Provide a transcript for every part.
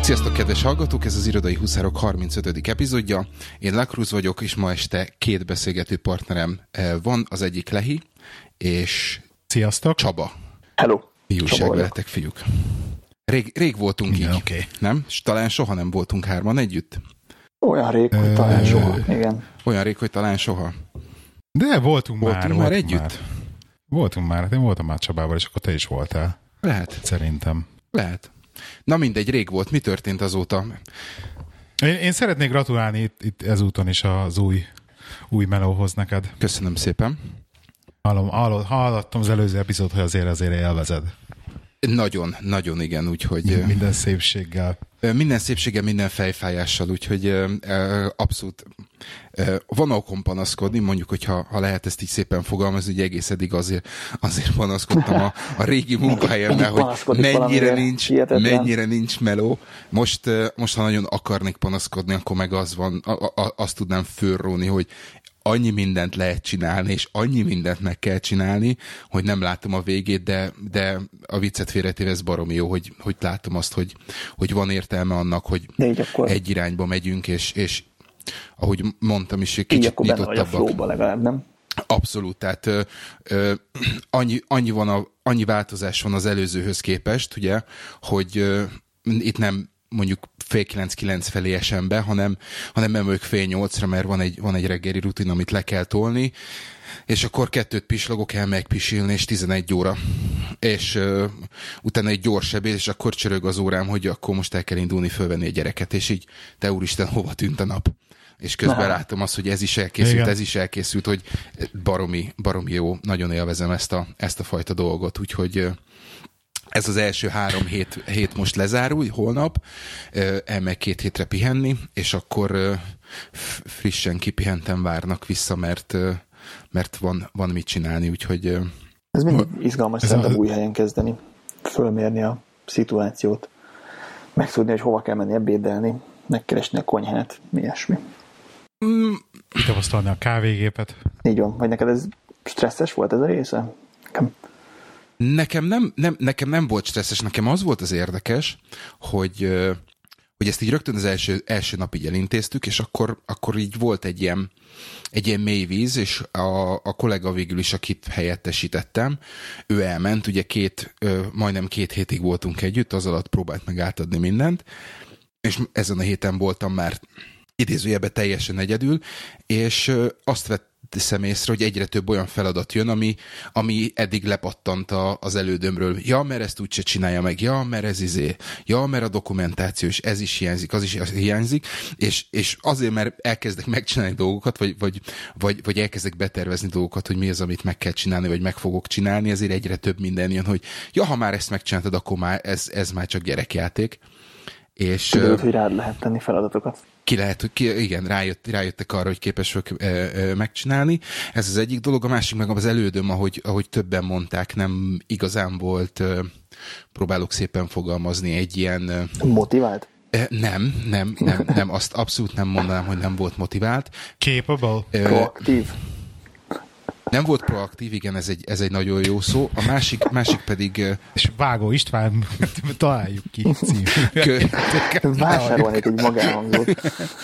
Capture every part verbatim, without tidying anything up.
Sziasztok, kedves hallgatók! Ez az Irodai Huszárok harmincötödik epizódja. Én Lakruz vagyok, és ma este két beszélgető partnerem van. Az egyik Lehi, és Sziasztok. Csaba. Hello. Mi újság veletek, fiúk? Rég, rég voltunk igen, így, okay. Nem? És talán soha nem voltunk hárman együtt? Olyan rég, hogy talán soha. Igen. Olyan rég, hogy talán soha. De voltunk, voltunk már. már Voltunk együtt? Már. Voltunk már. Én voltam már Csabával, és akkor te is voltál. Lehet. Szerintem. Lehet. Na mindegy, rég volt. Mi történt azóta? Én, én szeretnék gratulálni itt, itt ezúton is az új, új melóhoz neked. Köszönöm szépen. Hallom, hallom, hallottam az előző epizód, hogy azért azért élvezed. Nagyon, nagyon igen, úgyhogy... Minden szépséggel. Minden szépséggel, minden fejfájással, úgyhogy abszolút van okon panaszkodni, mondjuk, hogyha ha lehet ezt így szépen fogalmazni, hogy egész eddig azért, azért panaszkodtam a, a régi munkahelyemmel, hogy mennyire nincs, mennyire nincs meló. Most, most, ha nagyon akarnék panaszkodni, akkor meg az van, a, a, azt tudnám fölróni, hogy annyi mindent lehet csinálni, és annyi mindent meg kell csinálni, hogy nem látom a végét, de, de a viccet félretéve ez baromi jó, hogy, hogy látom azt, hogy, hogy van értelme annak, hogy egy irányba megyünk, és, és ahogy mondtam is, egy kicsit nyitottabbak. Így akkor benne vagy a flowba legalább, nem? Abszolút, tehát ö, ö, annyi, annyi, van a, annyi változás van az előzőhöz képest, ugye, hogy ö, itt nem mondjuk fél kilenc-kilenc felé esem be, hanem, hanem emög fél nyolcra, mert van egy, van egy reggeli rutin, amit le kell tolni, és akkor kettőt pislogok, el megpisilni, és tizenegy óra. És uh, utána egy gyors ebéd, és akkor csörög az órám, hogy akkor most el kell indulni, fölvenni a gyereket, és így, te úristen, hova tűnt a nap? És közben Aha. látom azt, hogy ez is elkészült, Igen. ez is elkészült, hogy baromi, baromi jó, nagyon élvezem ezt a, ezt a fajta dolgot, úgyhogy uh, ez az első három hét, hét most lezárul, holnap, elmegy két hétre pihenni, és akkor frissen kipihentem várnak vissza, mert, mert van, van mit csinálni, úgyhogy... Ez mindig izgalmas szerintem új helyen kezdeni, fölmérni a szituációt, megtudni, hogy hova kell menni ebédelni, megkeresni a konyhát, ilyesmi. Mm. Kitapasztalni a kávégépet. Így van, vagy neked ez stresszes volt ez a része? Nekem... Nekem nem, nem, nekem nem volt stresszes, nekem az volt az érdekes, hogy, hogy ezt így rögtön az első, első nap így elintéztük, és akkor, akkor így volt egy ilyen, egy ilyen mély víz, és a, a kollega végül is, akit helyettesítettem, ő elment, ugye két, majdnem két hétig voltunk együtt, az alatt próbált meg átadni mindent, és ezen a héten voltam már idézőjelben teljesen egyedül, és azt vett szem észre, hogy egyre több olyan feladat jön, ami, ami eddig lepattant a, az elődömről. Ja, mert ezt úgyse csinálja meg, ja, mert ez izé, ja, mert a dokumentáció, és ez is hiányzik, az is hiányzik, és, és azért, mert elkezdek megcsinálni dolgokat, vagy, vagy, vagy, vagy elkezdek betervezni dolgokat, hogy mi az, amit meg kell csinálni, vagy meg fogok csinálni, ezért egyre több minden jön, hogy ja, ha már ezt megcsináltad, akkor már ez, ez már csak gyerekjáték. És kiderült, hogy rád lehet tenni feladatokat. Ki lehet, hogy ki, igen, rájött, rájöttek arra, hogy képes vagyok e, e, megcsinálni. Ez az egyik dolog, a másik meg az elődöm, ahogy, ahogy többen mondták, nem igazán volt, e, próbálok szépen fogalmazni, egy ilyen... E, motivált? E, nem, nem, nem, nem, azt abszolút nem mondanám, hogy nem volt motivált. Capable? E, Proaktív? Nem volt proaktív, igen, ez egy, ez egy nagyon jó szó. A másik, másik pedig... És Vágó István, találjuk ki című. Vásárolnék egy magánhangzót.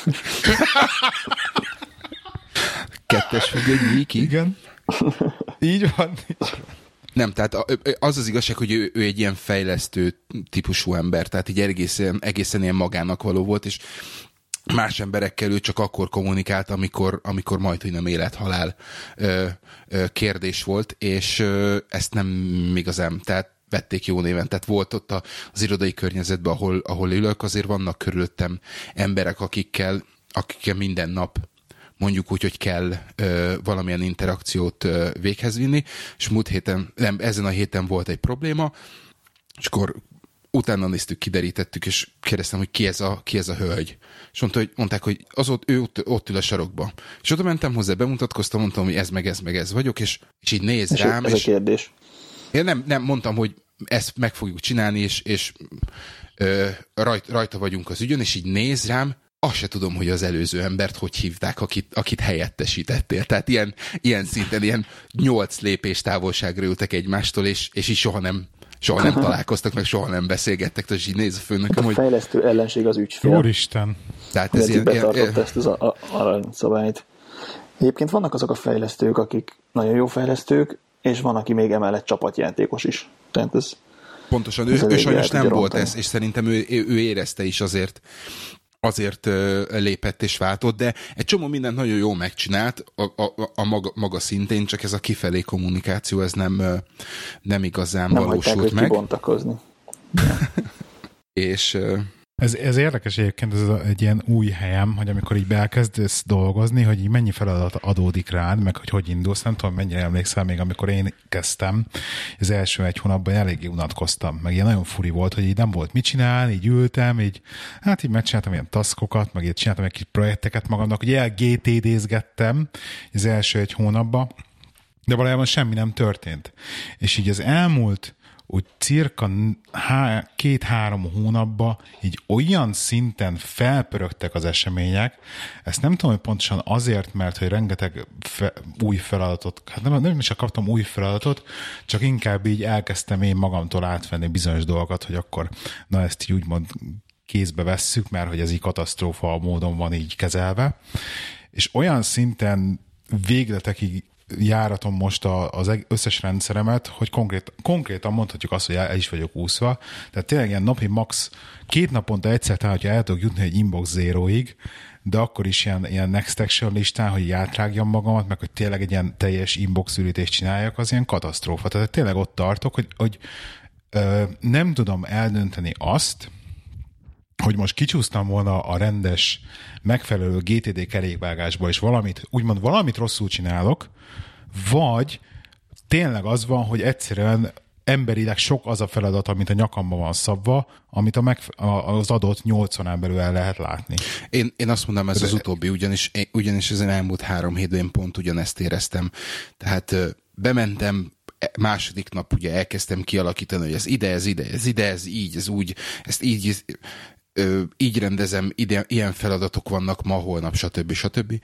Kettes függ egy nyíki. Igen. Így van. Nem, tehát az az igazság, hogy ő, ő egy ilyen fejlesztő típusú ember, tehát így egészen, egészen ilyen magának való volt, és más emberekkel ő csak akkor kommunikált, amikor, amikor majd, hogy nem élet-halál ö, ö, kérdés volt, és ö, ezt nem igazán, tehát vették jó néven. Tehát volt ott az irodai környezetben, ahol, ahol ülök, azért vannak körülöttem emberek, akikkel, akikkel minden nap mondjuk úgy, hogy kell ö, valamilyen interakciót ö, véghez vinni, és múlt héten, nem, ezen a héten volt egy probléma, és akkor utána néztük, kiderítettük, és kérdeztem, hogy ki ez a, ki ez a hölgy. És mondta, hogy, mondták, hogy az ott, ő ott, ott ül a sarokba. És oda mentem hozzá, bemutatkoztam, mondtam, hogy ez meg ez meg ez vagyok, és, és így néz és rám. Ez és a kérdés. Én nem, nem mondtam, hogy ezt meg fogjuk csinálni, és, és ö, rajt, rajta vagyunk az ügyön, és így néz rám, azt se tudom, hogy az előző embert hogy hívták, akit, akit helyettesítettél. Tehát ilyen, ilyen szinten, ilyen nyolc lépés távolságra ültek egymástól, és, és így soha nem soha nem találkoztak, meg soha nem beszélgettek, tehát így néz a főnököm, hogy... A fejlesztő ellenség az ügyfél. Úristen! Tehát ez ilyen... betartott ezt az aranyszabályt. Egyébként vannak azok a fejlesztők, akik nagyon jó fejlesztők, és van, aki még emellett csapatjátékos is. Tehát ez... Pontosan, ő, ő sajnos nem volt ez, és szerintem ő, ő érezte is azért, azért lépett és váltott, de egy csomó mindent nagyon jól megcsinált a, a, a maga, maga szintén, csak ez a kifelé kommunikáció, ez nem, nem igazán nem valósult hagyták, meg. Nem kibontakozni. és... Ez, ez érdekes egyébként, ez egy ilyen új helyem, hogy amikor így elkezdesz dolgozni, hogy így mennyi feladat adódik rád, meg hogy hogy indulsz, nem tudom, mennyire emlékszel még, amikor én kezdtem, az első egy hónapban eléggé unatkoztam, meg ilyen nagyon furi volt, hogy így nem volt mit csinálni, így ültem, így, hát így megcsináltam ilyen taskokat, meg így csináltam egy kis projekteket magamnak, hogy el gé té dé-zgettem az első egy hónapban, de valójában semmi nem történt. És így az elmúlt úgy cirka há- két-három hónapban így olyan szinten felpörögtek az események, ezt nem tudom, hogy pontosan azért, mert hogy rengeteg fe- új feladatot, hát nem, nem is kaptam új feladatot, csak inkább így elkezdtem én magamtól átvenni bizonyos dolgokat, hogy akkor na ezt így úgymond kézbe vesszük, mert hogy ez így katasztrófa módon van így kezelve, és olyan szinten végletekig járatom most az összes rendszeremet, hogy konkrét, konkrétan mondhatjuk azt, hogy el is vagyok úszva. Tehát tényleg ilyen napi max két naponta egyszer, tehát hogyha el tudok jutni egy inbox zéróig, de akkor is ilyen, ilyen next action listán, hogy átrágjam magamat, meg hogy tényleg egy ilyen teljes inbox ürítést csináljak, az ilyen katasztrófa. Tehát tényleg ott tartok, hogy, hogy ö, nem tudom eldönteni azt, hogy most kicsúsztam volna a rendes, megfelelő gé té dé kerékvágásba, és valamit, úgymond valamit rosszul csinálok, vagy tényleg az van, hogy egyszerűen emberileg sok az a feladat, amit a nyakamban van szabva, amit a megfe- az adott nyolcvanán belül el lehet látni. Én, én azt mondom, ez az utóbbi, ugyanis, ugyanis ezen elmúlt három hétben én pont ugyanezt éreztem. Tehát bementem, második nap ugye elkezdtem kialakítani, hogy ez ide, ez ide, ez ide, ez így, ez úgy, ezt így, így rendezem, ide, ilyen feladatok vannak ma, holnap, stb. stb.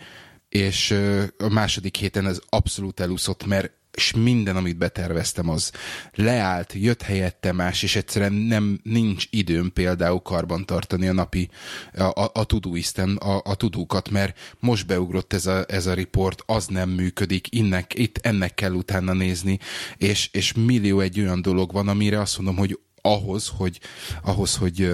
És a második héten ez abszolút elúszott, mert és minden, amit beterveztem, az leállt, jött helyette más, és egyszerűen nem, nincs időm például karbantartani a napi, a, a, a Todoisten, a, a tudókat, mert most beugrott ez a, ez a report, az nem működik, innek, itt ennek kell utána nézni, és, és millió egy olyan dolog van, amire azt mondom, hogy ahhoz, hogy, ahhoz, hogy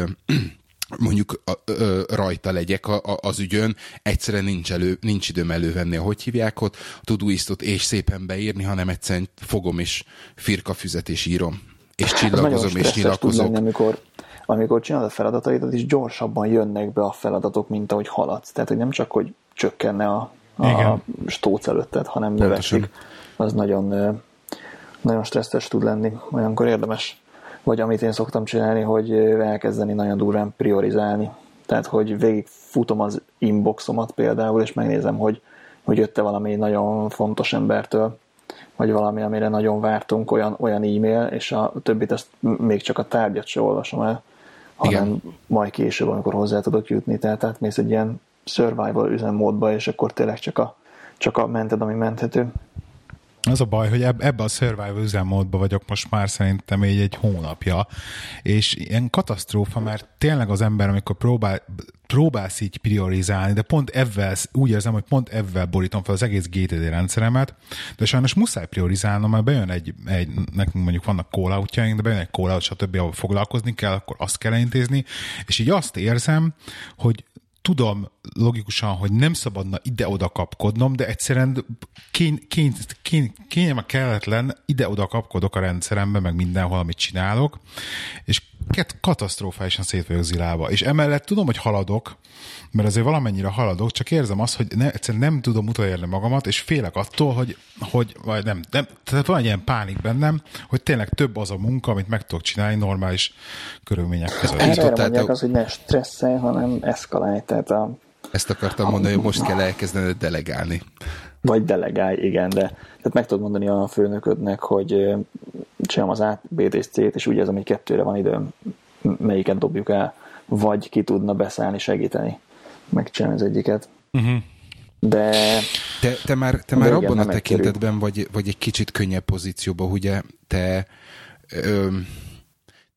mondjuk a, ö, rajta legyek a, a, az ügyön, egyszerűen nincs, elő, nincs időm elővenni, ahogy hívják ott, a Todoistot és szépen beírni, hanem egyszerűen fogom és firkafüzet és írom. És csillagozom és nyilakozok. Lenni, amikor, amikor csinálod a feladataidat, és gyorsabban jönnek be a feladatok, mint ahogy haladsz. Tehát, hogy nem csak, hogy csökkenne a, a stóc előtted, hanem növekszik. Az nagyon, nagyon stresszes tud lenni. Olyankor érdemes. Vagy amit én szoktam csinálni, hogy elkezdeni nagyon durván priorizálni. Tehát, hogy végig futom az inboxomat például, és megnézem, hogy, hogy jött-e valami nagyon fontos embertől, vagy valami, amire nagyon vártunk, olyan, olyan e-mail, és a többit ezt még csak a tárgyat se olvasom el, hanem igen, majd később, amikor hozzá tudok jutni. Tehát átmész egy ilyen survival üzemmódba, és akkor tényleg csak a, csak a mented, ami menthető. Az a baj, hogy ebbe a survival üzemmódban vagyok most már szerintem egy, egy hónapja, és ilyen katasztrófa, mert tényleg az ember, amikor próbál, próbálsz így priorizálni, de pont ebben, úgy érzem, hogy pont ebben borítom fel az egész gé té dé rendszeremet, de sajnos muszáj priorizálnom, mert bejön egy, egy nekünk mondjuk vannak call-outjaink, de bejön egy call-out, stb., ahol foglalkozni kell, akkor azt kell intézni, és így azt érzem, hogy tudom logikusan, hogy nem szabadna ide-oda kapkodnom, de egyszerűen kény, kény, kény, kényelme kelletlen, ide-oda kapkodok a rendszerembe, meg mindenhol, amit csinálok, és katasztrofálisan szét vagyok zilálva. És emellett tudom, hogy haladok, mert azért valamennyire haladok, csak érzem azt, hogy ne, egyszerűen nem tudom utolérni magamat, és félek attól, hogy, hogy vagy nem, nem, tehát van egy ilyen pánik bennem, hogy tényleg több az a munka, amit meg tudok csinálni normális körülmények között. Erre mondják az, hogy ne stresszelj, hanem eszkalálj. Tehát a, Ezt akartam a, mondani, hogy most kell elkezdened delegálni. Vagy delegálj, igen, de tehát meg tudod mondani a főnöködnek, hogy csinálom az A, B-t és C-t, és úgy érzem, hogy kettőre van időm, melyiket dobjuk el, vagy ki tudna beszállni, segíteni, megcsinálni az egyiket. Uh-huh. De... Te, te már, te már abban a tekintetben vagy, vagy egy kicsit könnyebb pozícióban, ugye te... Ö,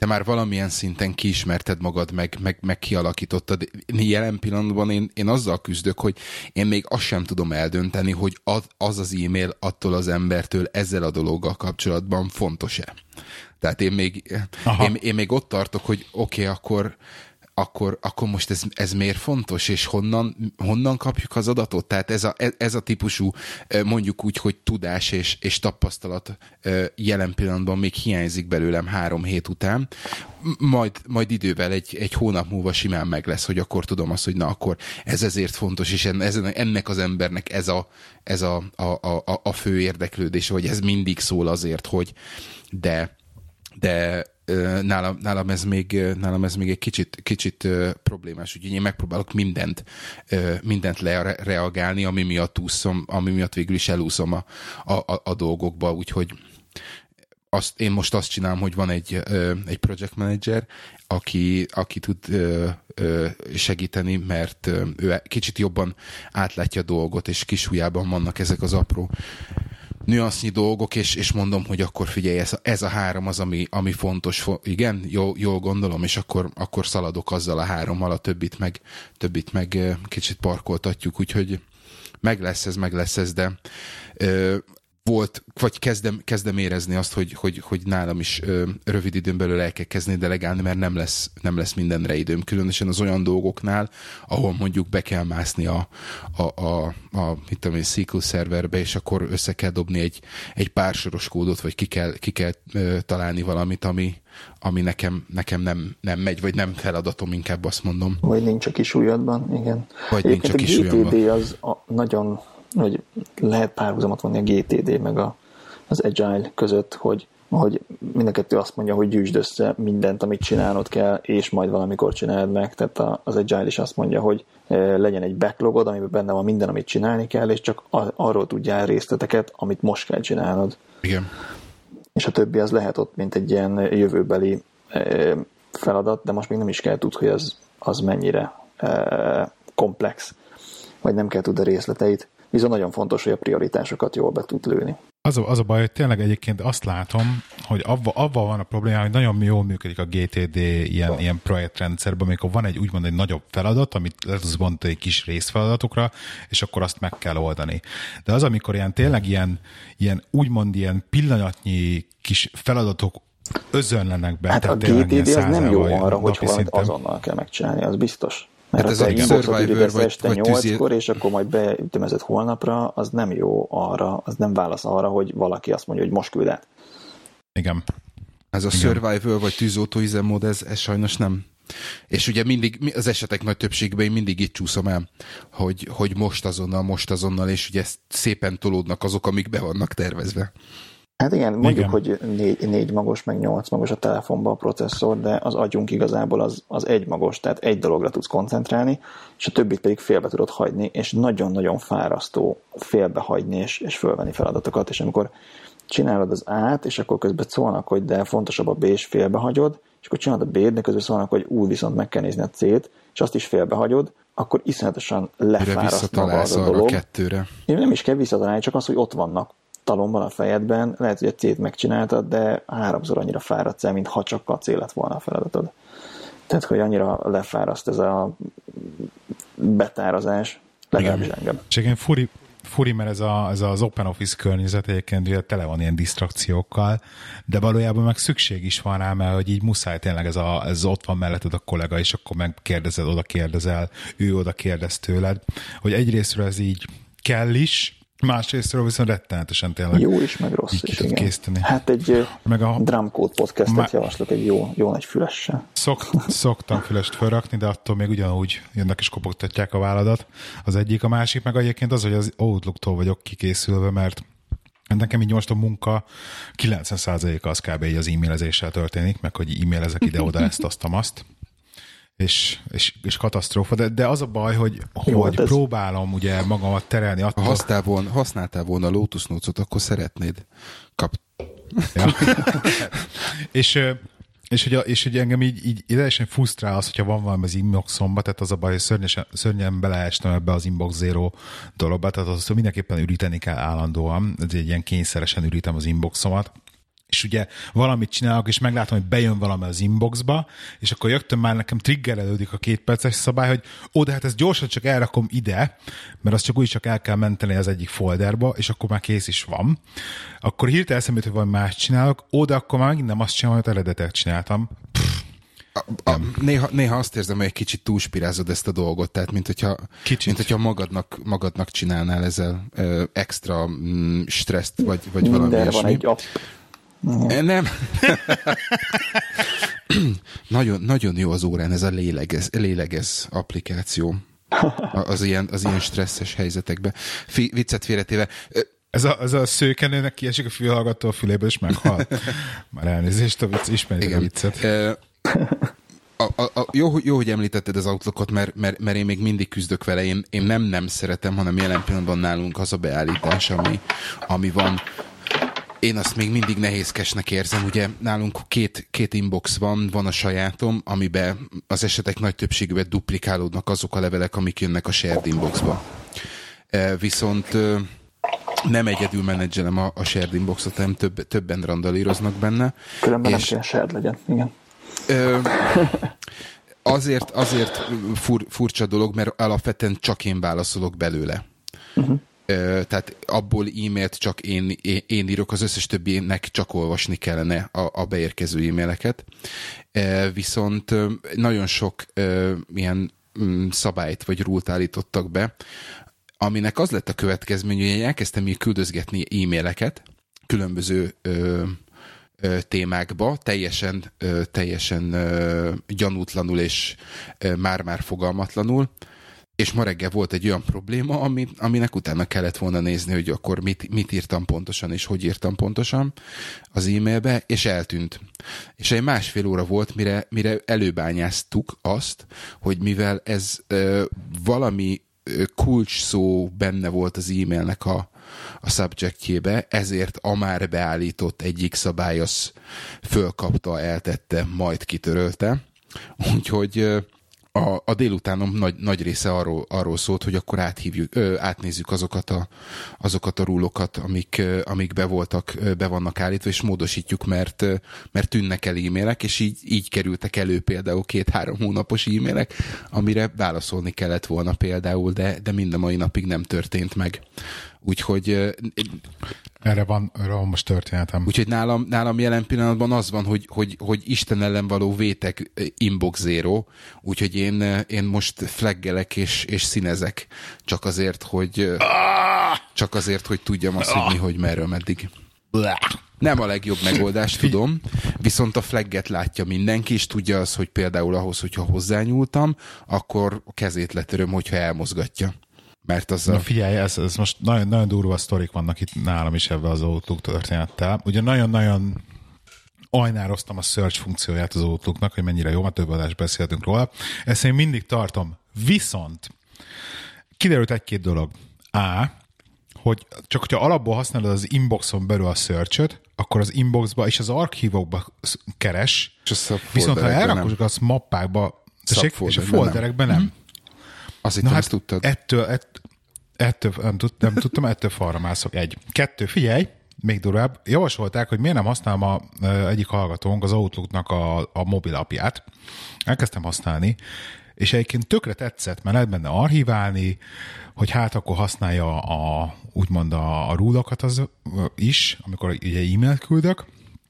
te már valamilyen szinten kiismerted magad, meg, meg, meg kialakítottad. Jelen pillanatban én, én azzal küzdök, hogy én még azt sem tudom eldönteni, hogy az az, az e-mail attól az embertől ezzel a dologgal kapcsolatban fontos-e. Tehát én még, én, én még ott tartok, hogy oké, okay, akkor Akkor, akkor most ez, ez miért fontos, és honnan, honnan kapjuk az adatot? Tehát ez a, ez a típusú, mondjuk úgy, hogy tudás és, és tapasztalat jelen pillanatban még hiányzik belőlem három hét után, majd, majd idővel egy, egy hónap múlva simán meg lesz, hogy akkor tudom azt, hogy na akkor ez ezért fontos, és ennek az embernek ez a, ez a, a, a, a fő érdeklődés, hogy ez mindig szól azért, hogy de, de Nálam, nálam, ez még, nálam ez még egy kicsit, kicsit uh, problémás, úgyhogy én megpróbálok mindent, uh, mindent lereagálni, ami miatt úszom, ami miatt végül is elúszom a, a, a dolgokba, úgyhogy azt, én most azt csinálom, hogy van egy, uh, egy project manager, aki, aki tud uh, uh, segíteni, mert uh, ő kicsit jobban átlátja a dolgot, és kisujjában vannak ezek az apró nüansznyi dolgok, és, és mondom, hogy akkor figyelj, ez a, ez a három az, ami, ami fontos. Igen, jól, jól gondolom, és akkor, akkor szaladok azzal a hárommal, a többit meg, többit meg kicsit parkoltatjuk, úgyhogy meg lesz ez, meg lesz ez, de ö, volt, vagy kezdem, kezdem érezni azt, hogy, hogy, hogy nálam is ö, rövid időn belül el kell kezdeni delegálni, mert nem lesz, nem lesz mindenre időm, különösen az olyan dolgoknál, ahol mondjuk be kell mászni a, a, a, a mit tudom én, es qu el szerverbe, és akkor össze kell dobni egy, egy pár soros kódot, vagy ki kell, ki kell ö, találni valamit, ami, ami nekem, nekem nem, nem megy, vagy nem feladatom, inkább azt mondom. Vagy nincs a kis ujjadban, igen. Vagy nincs a kis ujjadban. A gé té dé az a nagyon, hogy lehet párhuzamot vonni a gé té dé meg a, az Agile között, hogy, hogy mind a kettő azt mondja, hogy gyűjtsd össze mindent, amit csinálnod kell, és majd valamikor csináld meg. Tehát a, az Agile is azt mondja, hogy e, legyen egy backlogod, amiben benne van minden, amit csinálni kell, és csak a, arról tudjál részleteket, amit most kell csinálnod. Igen. És a többi az lehet ott, mint egy ilyen jövőbeli e, feladat, de most még nem is kell tudni, hogy az, az mennyire e, komplex, vagy nem kell tudni a részleteit. Viszont nagyon fontos, hogy a prioritásokat jól be tud lőni. Az a, az a baj, hogy tényleg egyébként azt látom, hogy abban abba van a probléma, hogy nagyon jól működik a gé té dé ilyen, ilyen projektrendszerben, amikor van egy úgymond egy nagyobb feladat, amit lehet az bontani egy kis részfeladatokra, és akkor azt meg kell oldani. De az, amikor ilyen tényleg ilyen, ilyen úgymond ilyen pillanatnyi kis feladatok özönlenek be. Hát a gé té dé az nem jó arra, hogy valamit azonnal kell megcsinálni, az biztos. Mert hát ez egy Survivor vagy, este nyolckor, és akkor majd beütemezett holnapra, az nem jó arra, az nem válasz arra, hogy valaki azt mondja, hogy most küld át. Igen. Ez a Igen. Survivor vagy tűzoltó üzemmód, ez, ez sajnos nem. És ugye mindig, az esetek nagy többségben én mindig itt csúszom el, hogy, hogy most azonnal, most azonnal, és ugye szépen tolódnak azok, amik be vannak tervezve. Hát igen, mondjuk, igen. hogy négy, négy magos, meg nyolc magos a telefonban a processzor, de az agyunk igazából az, az egy magos, tehát egy dologra tudsz koncentrálni, és a többit pedig félbe tudod hagyni, és nagyon-nagyon fárasztó félbe hagyni, és, és fölvenni feladatokat, és amikor csinálod az A-t, és akkor közben szólnak, hogy de fontosabb a B, és félbe hagyod, és akkor csinálod a B-t, de közben szólnak, hogy úgy viszont meg kell nézni a C-t, és azt is félbe hagyod, akkor iszonyatosan lefáraszt maga az a dolog. Kettőre. Nem is kell visszatalálni, csak az, hogy ott vannak talomban a fejedben, lehet, hogy a C-t megcsináltad, de háromszor annyira fáradsz el, mint ha csak a C lett volna a feladatod. Tehát, hogy annyira lefáraszt ez a betárazás, legalábbis engem. És igen, furi, furi, mert ez, a, ez az Open Office környezet egyébként ugye tele van ilyen disztrakciókkal, de valójában meg szükség is van rá, mert hogy így muszáj tényleg ez, a, ez ott van melletted a kollega, és akkor meg kérdezed, oda kérdezel, ő oda kérdez tőled, hogy egyrésztről ez így kell is, másrésztről viszont rettenetesen tényleg jó is, meg rossz is, igen. Készíteni. Hát egy meg a Drumcode podcastet má... javaslok egy jó, jó nagy fülessel. Szok, szoktam fülest felrakni, de attól még ugyanúgy jönnek és kopogtatják a válladat. Az egyik, a másik meg egyébként az, hogy az Outlook-tól vagyok kikészülve, mert nekem így most a munka kilencven százaléka az kb. Így az e-mailezéssel történik, meg hogy e-mailezek ide-oda ezt, azt, azt. És, és, és katasztrófa, de, de az a baj, hogy, Jó, hogy ez... próbálom ugye magamat terelni attól. Ha használtál volna, használtál volna a Lotus Notes-ot, akkor szeretnéd kap. Ja. és, és, hogy, és hogy engem így, így teljesen frusztrál az, hogyha van valami az inboxomba, tehát az a baj, hogy szörnyesen, szörnyen beleestem ebbe az inbox zero dologba, tehát azt mindenképpen üríteni kell állandóan, ez egy ilyen kényszeresen ürítem az inboxomat, és ugye valamit csinálok, és meglátom, hogy bejön valami az inboxba, és akkor jöttem már nekem triggerelődik a két perces szabály, hogy ó, de hát ezt gyorsan csak elrakom ide, mert azt csak úgy csak el kell menteni az egyik folderba, és akkor már kész is van. Akkor hirtelen eszembe jut, hogy valami más csinálok, ó, de akkor már megint nem azt csinálom, amit eredetet csináltam. A, a, néha, néha azt érzem, hogy egy kicsit túlspirázod ezt a dolgot, tehát mint hogyha, mint hogyha magadnak, magadnak csinálnál ezzel ö, extra mm, stresszt, vagy, vagy valami ilyesmi. Van egy app. Nem. nagyon, nagyon jó az órán ez a lélegez, lélegez applikáció. Az ilyen, az ilyen stresszes helyzetekben. Fi, viccet félretéve. Ez a, ez a szőkenőnek kiesik a fülhallgató a füléből, és meghal. Már elnézést, a vicc, ismerjük a viccet. A, a, a, jó, jó, hogy említetted az Outlookot, mert, mert, mert én még mindig küzdök vele. Én, én nem nem szeretem, hanem jelen pillanatban nálunk az a beállítás, ami, ami van. Én azt még mindig nehézkesnek érzem. Ugye nálunk két, két inbox van, van a sajátom, amiben az esetek nagy többségében duplikálódnak azok a levelek, amik jönnek a shared inboxba. Viszont nem egyedül menedzselem a, a shared inboxot, hanem több, többen randalíroznak benne. Különben és nem kell shared legyen, igen. Ö, azért azért fur, furcsa dolog, mert alapvetően csak én válaszolok belőle. Uh-huh. Ö, tehát abból e-mailt csak én, én, én írok, az összes többinek csak olvasni kellene a, a beérkező e-maileket. Ö, viszont nagyon sok ö, ilyen m, szabályt vagy rult állítottak be, aminek az lett a következmény, hogy elkezdtem így küldözgetni e-maileket különböző ö, témákba, teljesen, teljesen gyanútlanul és már-már fogalmatlanul, és ma reggel volt egy olyan probléma, ami, aminek utána kellett volna nézni, hogy akkor mit, mit írtam pontosan, és hogy írtam pontosan az e-mailbe, és eltűnt. És egy másfél óra volt, mire, mire előbányáztuk azt, hogy mivel ez ö, valami kulcs szó benne volt az e-mailnek a a subjectjébe, ezért a már beállított egyik szabály az fölkapta, eltette, majd kitörölte. Úgyhogy a, a délutánom nagy, nagy része arról, arról szólt, hogy akkor áthívjuk, ö, átnézzük azokat a, azokat a rúlokat, amik, amik be voltak, be vannak állítva, és módosítjuk, mert, mert tűnnek el e-mailek, és így, így kerültek elő például két-három hónapos e-mailek, amire válaszolni kellett volna például, de, de mind a mai napig nem történt meg. Úgyhogy... Erre van, erre van most történetem. Úgyhogy nálam, nálam jelen pillanatban az van, hogy, hogy, hogy Isten ellen való vétek inbox zero, úgyhogy én, én most flaggelek és, és színezek. Csak azért, hogy csak azért, hogy tudjam azt, hogy mi, hogy merről, meddig. Nem a legjobb megoldás, tudom, viszont a flagget látja mindenki, és tudja az, hogy például ahhoz, hogyha hozzányúltam, akkor kezét letöröm, hogyha elmozgatja. Mert az Na a... figyelj, ez, ez most nagyon, nagyon durva sztorik vannak itt nálam is ebben az Outlook történettel. Ugye nagyon-nagyon ajnároztam a search funkcióját az Outlooknak, hogy mennyire jó, mert több adást beszéltünk róla. Ezt én mindig tartom. Viszont kiderült egy-két dolog. A, hogy csak hogyha alapból használod az inboxon belül a search-öt, akkor az inboxba és az archívokba keres, viszont ha elrakod azt mappákba, tessék, és a folderekben nem. nem. Azt hittem, Na ezt hát tudtad. Ettől, ett, ettől nem, tud, nem tudtam, ettől falra mászok. Egy. Kettő, figyelj, még durvább. Javasolták, hogy miért nem használom a, egyik hallgatónk az Outlooknak a, a mobil appját. Elkezdtem használni, és egyébként tökre tetszett, mert lehet benne archiválni, hogy hát akkor használja a, úgymond a, a rúlokat az is, amikor ugye e-mailt küldök.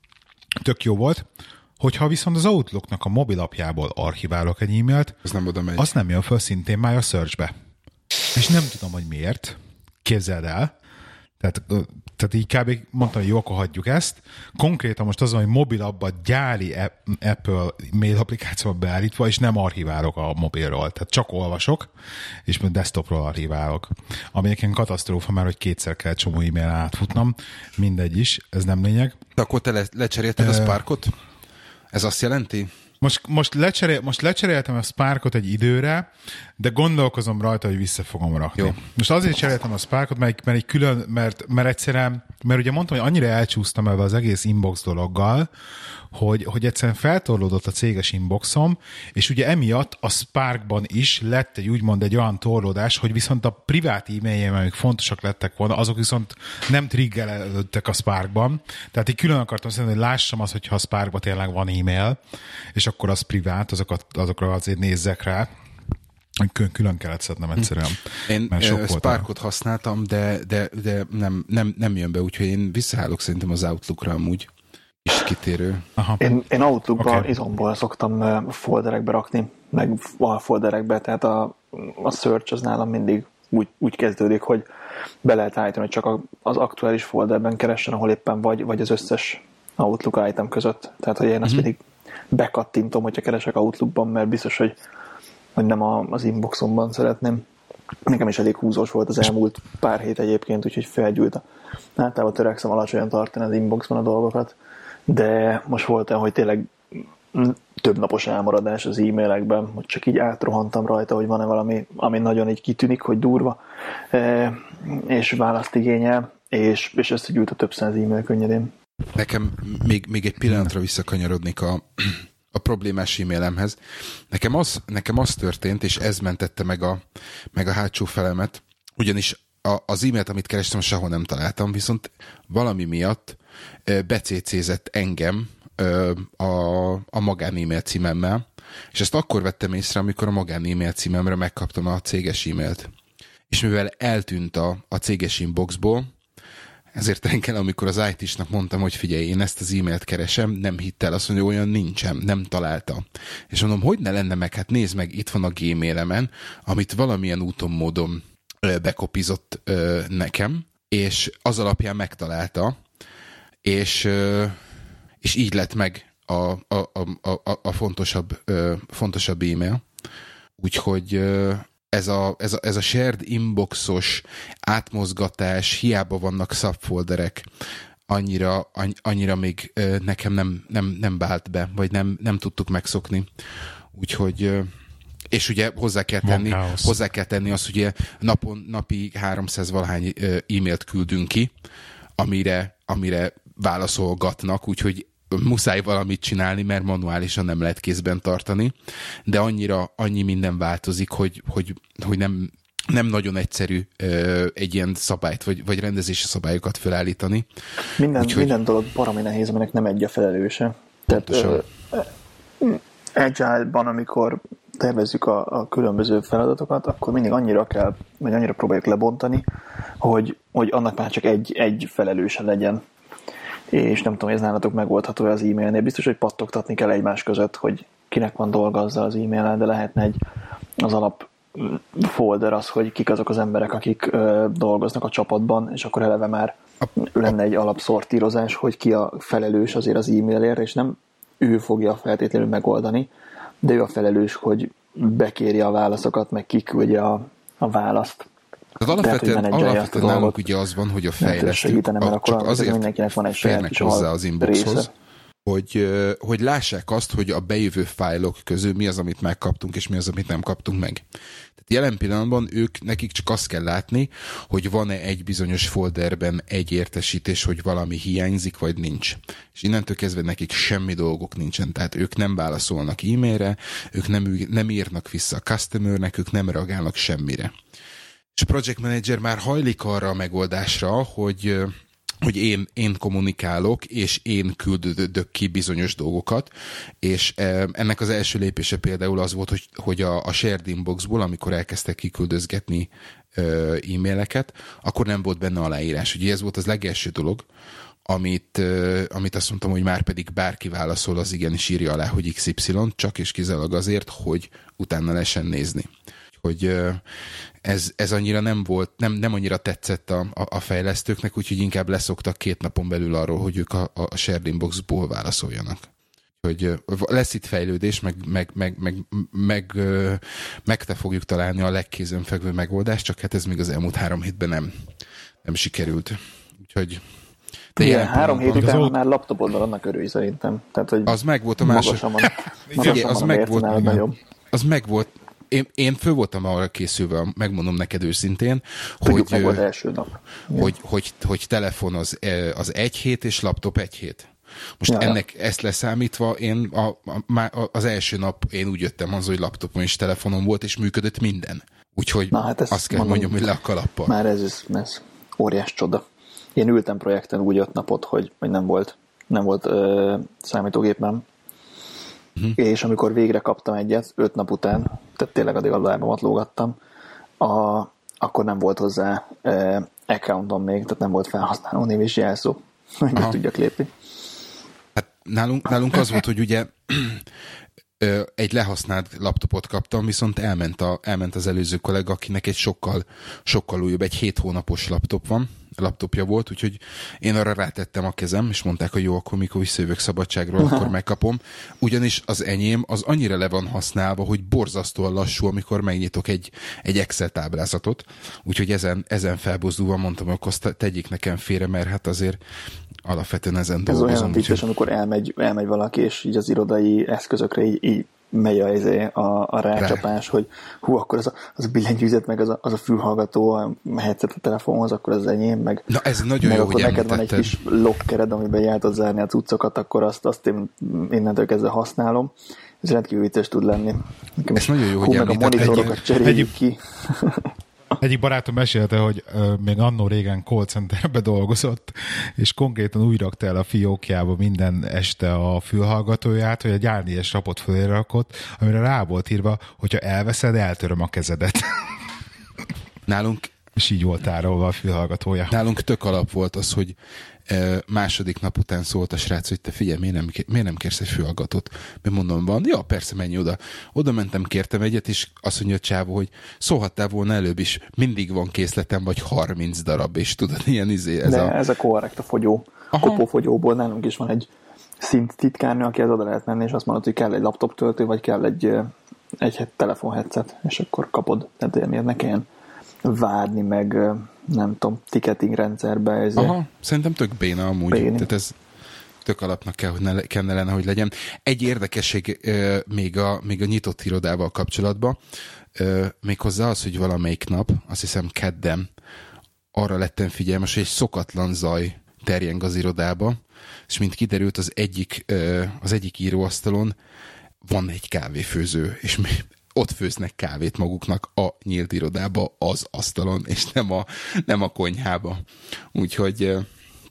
Tök jó volt. Hogyha viszont az Outlooknak a mobil appjából archiválok egy e-mailt, az nem oda megy. Az nem jön föl szintén már a searchbe. És nem tudom, hogy miért. Képzeld el. Tehát, tehát így kb. Mondtam, hogy jó, akkor hagyjuk ezt. Konkrétan most azon, hogy mobil appban gyári Apple mail applikációba beállítva, és nem archiválok a mobilról. Tehát csak olvasok, és majd desktopról archiválok. Ami egyébként katasztrófa már, hogy kétszer kell csomó e-mail átfutnom. Mindegy is, ez nem lényeg. De akkor te le- lecserélted a Sparkot? Ez azt jelenti? Most, most, lecserél, most lecseréltem a Sparkot egy időre, de gondolkozom rajta, hogy vissza fogom rakni. Jó. Most azért cseréltem a Sparkot, mert, mert, egy külön, mert, mert egyszerűen mert ugye mondtam, hogy annyira elcsúsztam ebbe az egész inbox dologgal, hogy, hogy egyszerűen feltorlódott a céges inboxom, és ugye emiatt a Sparkban is lett egy úgymond egy olyan torlódás, hogy viszont a privát e-mailjeim, amik fontosak lettek volna, azok viszont nem triggerelődtek a Sparkban. Tehát így külön akartam szerintem, hogy lássam azt, hogyha a Sparkban tényleg van e-mail, és akkor az privát, azokat, azokra azért nézzek rá. Külön kellett szednem egyszerűen. Én Sparkot használtam, de, de, de nem, nem, nem jön be, úgyhogy én visszaállok szerintem az Outlookra amúgy is kitérő. Aha. Én, én Outlookban okay. izomból szoktam folderekbe rakni, meg a folderekbe, tehát a, a search az nálam mindig úgy, úgy kezdődik, hogy be lehet állítani, hogy csak az aktuális folderben keressen, ahol éppen vagy, vagy az összes Outlook item között. Tehát, hogy én ezt uh-huh. mindig bekattintom, hogyha keresek Outlookban, mert biztos, hogy hogy nem a, az inboxomban szeretném. Nekem is elég húzós volt az elmúlt pár hét egyébként, úgyhogy felgyűlt. Általában törekszem alacsonyan tartani az inboxban a dolgokat, de most volt olyan, hogy tényleg több napos elmaradás az e-mailekben, hogy csak így átrohantam rajta, hogy van-e valami, ami nagyon így kitűnik, hogy durva, és választ igényel, és, és összegyűlt a több száz e-mail könnyedén. Nekem még, még egy pillanatra visszakanyarodnék a a problémás e-mailemhez. Nekem az, nekem az történt, és ez mentette meg a, meg a hátsó felemet, ugyanis a, az e-mailt, amit kerestem, sehol nem találtam, viszont valami miatt becécézett engem a, a magán e-mail címemmel, és ezt akkor vettem észre, amikor a magán e-mail címemre megkaptam a céges e-mailt. És mivel eltűnt a, a céges inboxból, ezért engem, amikor az í té-snak mondtam, hogy figyelj, én ezt az e-mailt keresem, nem hitt el, azt mondja, olyan nincsen, nem találta. És mondom, hogy ne lenne meg, hát nézd meg, itt van a Gmailemen, amit valamilyen úton, módon bekopizott ö, nekem, és az alapján megtalálta, és, ö, és így lett meg a, a, a, a, a fontosabb, ö, fontosabb e-mail. Úgyhogy... Ö, Ez a, ez, a, ez a shared inboxos átmozgatás, hiába vannak subfolderek, annyira, annyira még nekem nem, nem, nem vált be, vagy nem, nem tudtuk megszokni. Úgyhogy, és ugye hozzá kell tenni, hozzá kell tenni azt, ugye napon, napi háromszáz valahány e-mailt küldünk ki, amire, amire válaszolgatnak, úgyhogy muszáj valamit csinálni, mert manuálisan nem lehet kézben tartani, de annyira, annyi minden változik, hogy, hogy, hogy nem, nem nagyon egyszerű ö, egy ilyen szabályt, vagy, vagy rendezési szabályokat felállítani. Minden, Úgyhogy... minden dolog baromi nehéz, aminek nem egy a felelőse. Tehát uh, Agile-ban, amikor tervezzük a, a különböző feladatokat, akkor mindig annyira kell, vagy annyira próbáljuk lebontani, hogy, hogy annak már csak egy, egy felelőse legyen. És nem tudom, hogy ez nálatok megoldható az e-mailnél. Biztos, hogy pattogtatni kell egymás között, hogy kinek van dolga azzal az e-maillel, de lehetne egy az alap folder az, hogy kik azok az emberek, akik ö, dolgoznak a csapatban, és akkor eleve már lenne egy alapszortírozás, hogy ki a felelős azért az e-mailért, és nem ő fogja feltétlenül megoldani, de ő a felelős, hogy bekérje a válaszokat, meg kiküldje a, a választ. Az alapvetően, alapvetően nálunk ugye az van, hogy a fejlesztők a, csak azért férnek hozzá az inboxhoz, hogy, hogy lássák azt, hogy a bejövő fájlok közül mi az, amit megkaptunk, és mi az, amit nem kaptunk meg. Tehát jelen pillanatban ők, nekik csak azt kell látni, hogy van-e egy bizonyos folderben egy értesítés, hogy valami hiányzik, vagy nincs. És innentől kezdve nekik semmi dolgok nincsen. Tehát ők nem válaszolnak e-mailre, ők nem, nem írnak vissza a customernek, ők nem reagálnak semmire. És a project manager már hajlik arra a megoldásra, hogy, hogy én, én kommunikálok, és én küldök ki bizonyos dolgokat, és ennek az első lépése például az volt, hogy, hogy a, a shared inboxból, amikor elkezdtek kiküldözgetni e-maileket, akkor nem volt benne aláírás. Ugye ez volt az legelső dolog, amit, amit azt mondtam, hogy már pedig bárki válaszol, az igenis írja alá, hogy iksz ipszilon, csak és kizárólag azért, hogy utána lehessen nézni. Hogy ez, ez annyira nem volt, nem, nem annyira tetszett a, a, a fejlesztőknek, úgyhogy inkább leszoktak két napon belül arról, hogy ők a, a shared inboxból válaszoljanak. Hogy lesz itt fejlődés, meg, meg, meg, meg, meg, meg te fogjuk találni a legkézenfekvő megoldást, csak hát ez még az elmúlt három hétben nem, nem sikerült. Úgyhogy de igen, három hét után ott... már laptopodban annak örülj szerintem. Tehát, hogy az meg volt a másik. Magasan van, magasan az meg volt, az meg volt. én, én föl voltam arra készülve, megmondom neked őszintén, Tudjuk, hogy, meg volt első nap. Hogy, hogy, hogy telefon az, az egy hét, és laptop egy hét. Most ja, ennek ja. ezt leszámítva, én a, a, az első nap én úgy jöttem haza, hogy laptopon és telefonom volt, és működött minden. Úgyhogy Na, hát azt kell mondom, mondjam, hogy le a kalappal. Már ez, ez, ez óriás csoda. Én ültem projekten úgy öt napot, hogy, hogy nem volt, nem volt ö, számítógépem, uh-huh. és amikor végre kaptam egyet, öt nap után, tehát tényleg addig a lábamat lógattam, a, akkor nem volt hozzá ö, accountom még, tehát nem volt felhasználó név és jelszó, hogy meg tudjak lépni. Hát nálunk, nálunk az volt, hogy ugye egy lehasznált laptopot kaptam, viszont elment, a, elment az előző kollega, akinek egy sokkal, sokkal újabb, egy hét hónapos laptop van, laptopja volt, úgyhogy én arra rátettem a kezem, és mondták, hogy jó, akkor mikor visszajövök szabadságról, akkor megkapom. Ugyanis az enyém az annyira le van használva, hogy borzasztóan lassú, amikor megnyitok egy, egy Excel táblázatot. Úgyhogy ezen, ezen felbozdulva mondtam, hogy akkor tegyék nekem félre, mert hát azért alapvetően ezen Ez dolgozom. Ez olyan vicces, úgyhogy... amikor elmegy, elmegy valaki, és így az irodai eszközökre így, így megy a, a, a rácsapás, Rá. hogy hú, akkor az a, az a billentyűzet, meg az a, az a fülhallgató, a headset a telefonhoz, akkor az enyém, meg, Na ez nagyon meg jó, akkor neked van egy kis lokkered, amiben el tudod zárni a cuccokat, akkor azt, azt én innentől kezdve használom. Ez rendkívül vicces tud lenni. Nekem ez nagyon jó, hú, hogy meg a monitorokat egy, cseréljük egy, ki. Egyik barátom mesélte, hogy uh, még annó régen call centerbe dolgozott, és konkrétan úgy rakta el a fiókjába minden este a fülhallgatóját, hogy egy árnyéles rapot fölé rakott, amire rá volt írva, hogyha elveszed, eltöröm a kezedet. Nálunk és így volt tárolva a fülhallgatója. Nálunk tök alap volt az, hogy második nap után szólt a srác, hogy te figyelj, miért nem, miért nem kérsz egy fülhallgatót? Mert mondom, van, ja, persze, menj oda. Oda mentem, kértem egyet, és azt mondja a csávó, hogy szólhattál volna előbb is, mindig van készletem, vagy harminc darab, és tudod, ilyen izé. Ez De a... ez a korrekt, a fogyó. A kopófogyóból nálunk is van egy szint titkárnő, aki az oda lehet menni, és azt mondod, hogy kell egy laptop töltő, vagy kell egy, egy telefon headset, és akkor kapod. Tehát miért ne kelljen várni, meg nem tudom, ticketing rendszerbe. Ez Aha, szerintem tök béna amúgy. Béni. Tehát ez tök alapnak kell, hogy ne, kellene, hogy legyen. Egy érdekesség euh, még, a, még a nyitott irodával kapcsolatban, euh, méghozzá az, hogy valamelyik nap, azt hiszem kedden, arra lettem figyelmes, hogy egy szokatlan zaj terjeng az irodába, és mint kiderült, az egyik, euh, az egyik íróasztalon van egy kávéfőző, és mi ott főznek kávét maguknak a nyílt irodába, az asztalon, és nem a, nem a konyhába. Úgyhogy uh,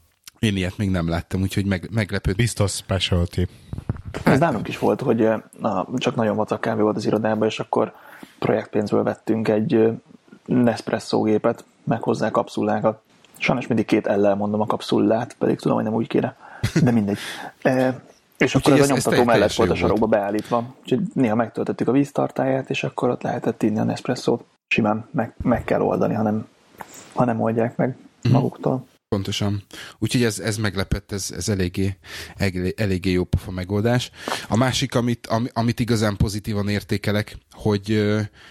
én ilyet még nem láttam, úgyhogy meg, meglepőd. Biztos specialty. Ez nálunk is volt, hogy na, csak nagyon vacak kávé volt az irodában, és akkor projektpénzből vettünk egy Nespresso gépet, meg hozzá kapszullákat. Sajnos mindig két ellel mondom a kapszullát, pedig tudom, hogy nem úgy kéne. De mindegy. E, És akkor ez a nyomtató mellett volt a sarokba beállítva. Úgyhogy néha megtöltöttük a víztartályát, és akkor ott lehetett inni a Nespresso-t. Simán meg, meg kell oldani, ha nem, ha nem oldják meg maguktól. Pontosan. Úgyhogy ez, ez meglepett, ez, ez eléggé, eléggé jó pofa megoldás. A másik, amit, amit igazán pozitívan értékelek, hogy,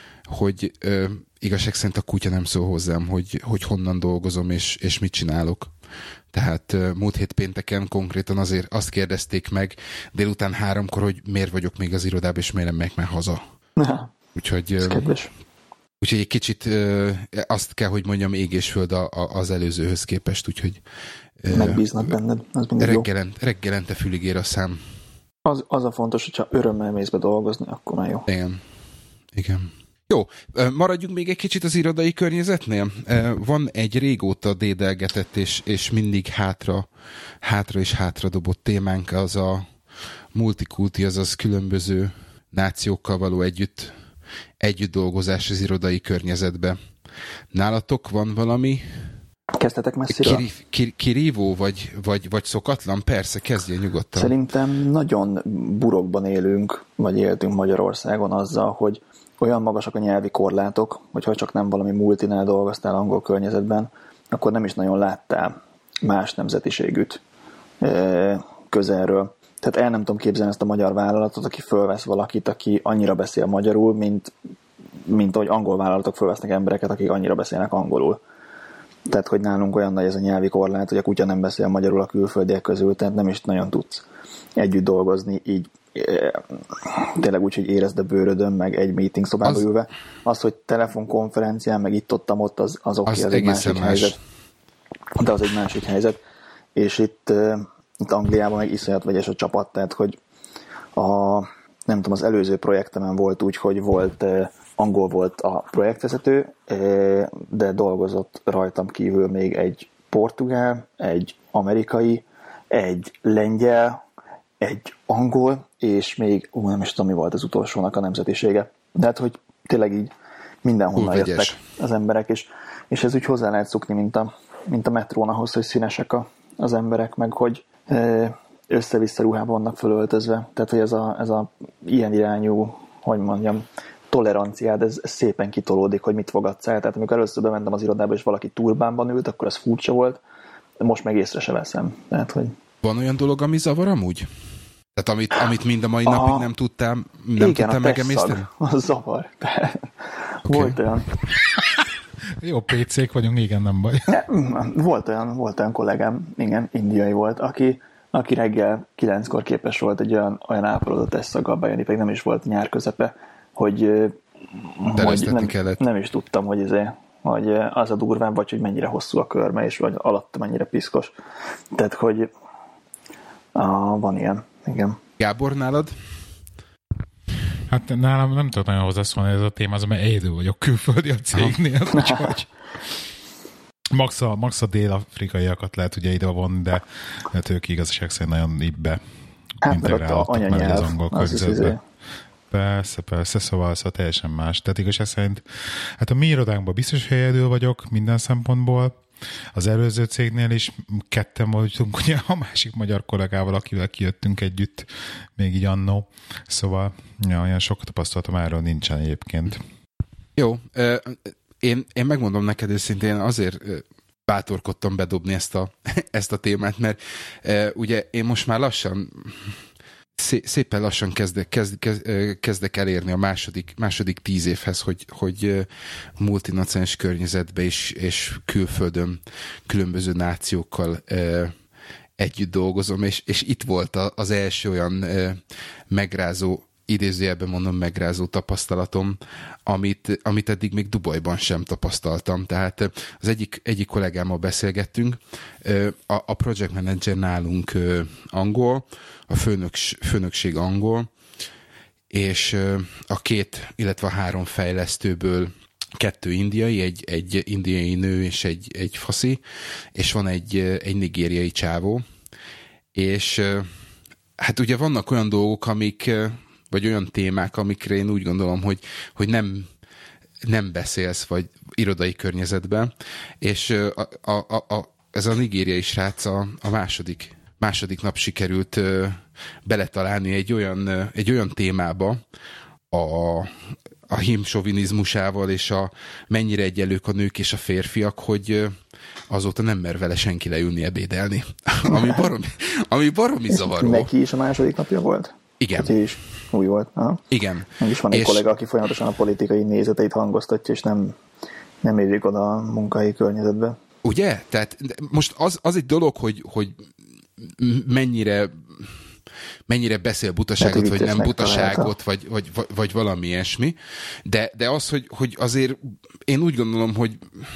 hogy igazság szerint a kutya nem szól hozzám, hogy, hogy honnan dolgozom, és, és mit csinálok. Tehát múlt hét pénteken konkrétan azért azt kérdezték meg délután háromkor, hogy miért vagyok még az irodában, és miért nem megyek már haza. Ja, úgyhogy, úgyhogy egy kicsit azt kell, hogy mondjam, ég és föld a, a, az előzőhöz képest, úgyhogy megbíznak benned, az mindig reggelent, jó. Reggelente fülig ér a szám. Az, az a fontos, hogyha örömmel mész be dolgozni, akkor már jó. Igen. Igen. Jó, maradjunk még egy kicsit az irodai környezetnél. Van egy régóta dédelgetett és, és mindig hátra, hátra és hátra dobott témánk, az a multikulti, azaz különböző nációkkal való együtt, együtt dolgozás az irodai környezetbe. Nálatok van valami? Kezdtetek messziről? Kir, kir, kirívó, vagy, vagy, vagy szokatlan? Persze, kezdjen nyugodtan. Szerintem nagyon burokban élünk, vagy éltünk Magyarországon azzal, hogy olyan magasak a nyelvi korlátok, hogyha csak nem valami multinál dolgoztál angol környezetben, akkor nem is nagyon láttál más nemzetiségűt közelről. Tehát el nem tudom képzelni ezt a magyar vállalatot, aki fölvesz valakit, aki annyira beszél magyarul, mint, mint ahogy angol vállalatok fölvesznek embereket, akik annyira beszélnek angolul. Tehát, hogy nálunk olyan nagy ez a nyelvi korlát, hogy a kutya nem beszél magyarul a külföldiek közül, tehát nem is nagyon tudsz együtt dolgozni, így tényleg úgy, hogy érezd a bőrödön, meg egy meeting szobába az, ülve. Az, hogy telefonkonferencián, meg itt ott, ott az, az oké, az, az egy másik más. helyzet. De az egy másik helyzet. És itt, itt Angliában meg iszonyat vegyes a csapat, tehát, hogy a, nem tudom, az előző projektemen volt úgy, hogy volt angol volt a projektvezető, de dolgozott rajtam kívül még egy portugál, egy amerikai, egy lengyel, egy angol, és még, ú, nem is tudom, mi volt az utolsónak a nemzetisége. De hát, hogy tényleg így mindenhonnan jöttek az emberek, és, és ez úgy hozzá lehet szokni, mint a, mint a metrón ahhoz, hogy színesek a, az emberek, meg hogy össze-vissza ruhában vannak fölöltözve. Tehát, hogy ez a, ez a ilyen irányú, hogy mondjam, toleranciád, ez, ez szépen kitolódik, hogy mit fogadsz el. Tehát amikor először bementem az irodába, és valaki turbánban ült, akkor az furcsa volt, de most meg észre se veszem. Tehát, hogy... Van olyan dolog, ami zavar amúgy? Tehát amit, amit mind a mai napig a... nem tudtam, nem igen, tudtam megemészteni? A zavar. Okay. Volt olyan. Jó pé cék vagyunk, igen, nem baj. Volt olyan, volt olyan kollégám, igen, indiai volt, aki, aki reggel kilenckor képes volt egy olyan, olyan ápolódott tesztszaggal bejönni, pedig nem is volt nyár közepe, hogy, hogy nem, nem is tudtam, hogy, izé, hogy az a durvább, vagy hogy mennyire hosszú a körme, és vagy alatta mennyire piszkos. Tehát, hogy ah, van ilyen, igen. Gábor, nálad? Hát nálam nem tudok nagyon hozzászólni ez a téma, az, mert egyedül vagyok külföldi a cégnél, úgyhogy max a, max a dél-afrikaiakat lehet ugye ide vonni, de hát ők igazság szerint nagyon így be hát, integrálódtak már az angol környezetbe. Persze, persze, szóval, szóval teljesen más. Tehát igazság szerint, hát a mi irodánkban biztos, hogy egyedül vagyok minden szempontból. Az előző cégnél is ketten voltunk, ugye a másik magyar kollégával, akivel kijöttünk együtt, még így annó. Szóval ja, olyan sok tapasztalatom erről nincsen egyébként. Jó, én, én megmondom neked őszintén, azért bátorkodtam bedobni ezt a, ezt a témát, mert ugye én most már lassan szépen lassan kezdek, kezd, kezd, kezdek elérni a második, második tíz évhez, hogy, hogy multinacionális környezetben és, és külföldön különböző nációkkal e, együtt dolgozom, és, és itt volt az első olyan e, megrázó, idézőjelben mondom megrázó tapasztalatom, amit, amit eddig még Dubajban sem tapasztaltam. Tehát az egyik, egyik kollégámmal beszélgettünk, a, a project manager nálunk angol, a főnök, főnökség angol, és a két, illetve a három fejlesztőből kettő indiai, egy, egy indiai nő és egy, egy faszi, és van egy, egy nigériai csávó, és hát ugye vannak olyan dolgok, amik vagy olyan témák, amikre én úgy gondolom, hogy, hogy nem, nem beszélsz, vagy irodai környezetben, és a, a, a, ez a nigériai srác a, a második, második nap sikerült ö, beletalálni egy olyan, egy olyan témába, a, a himsovinizmusával, és a mennyire egyenlők a nők és a férfiak, hogy azóta nem mer vele senki leülni ebédelni. Ami baromi, ami baromi zavaró. Neki is a második napja volt? Igen. Hát is új volt. Aha. Igen. Mégis van egy és... kollega, aki folyamatosan a politikai nézeteit hangoztatja, és nem, nem érik oda a munkai környezetbe. Ugye? Tehát most az, az egy dolog, hogy, hogy mennyire mennyire beszél butaságot, vagy nem butaságot, vagy, vagy, vagy valami ilyesmi, de, de az, hogy, hogy azért én úgy gondolom, hogy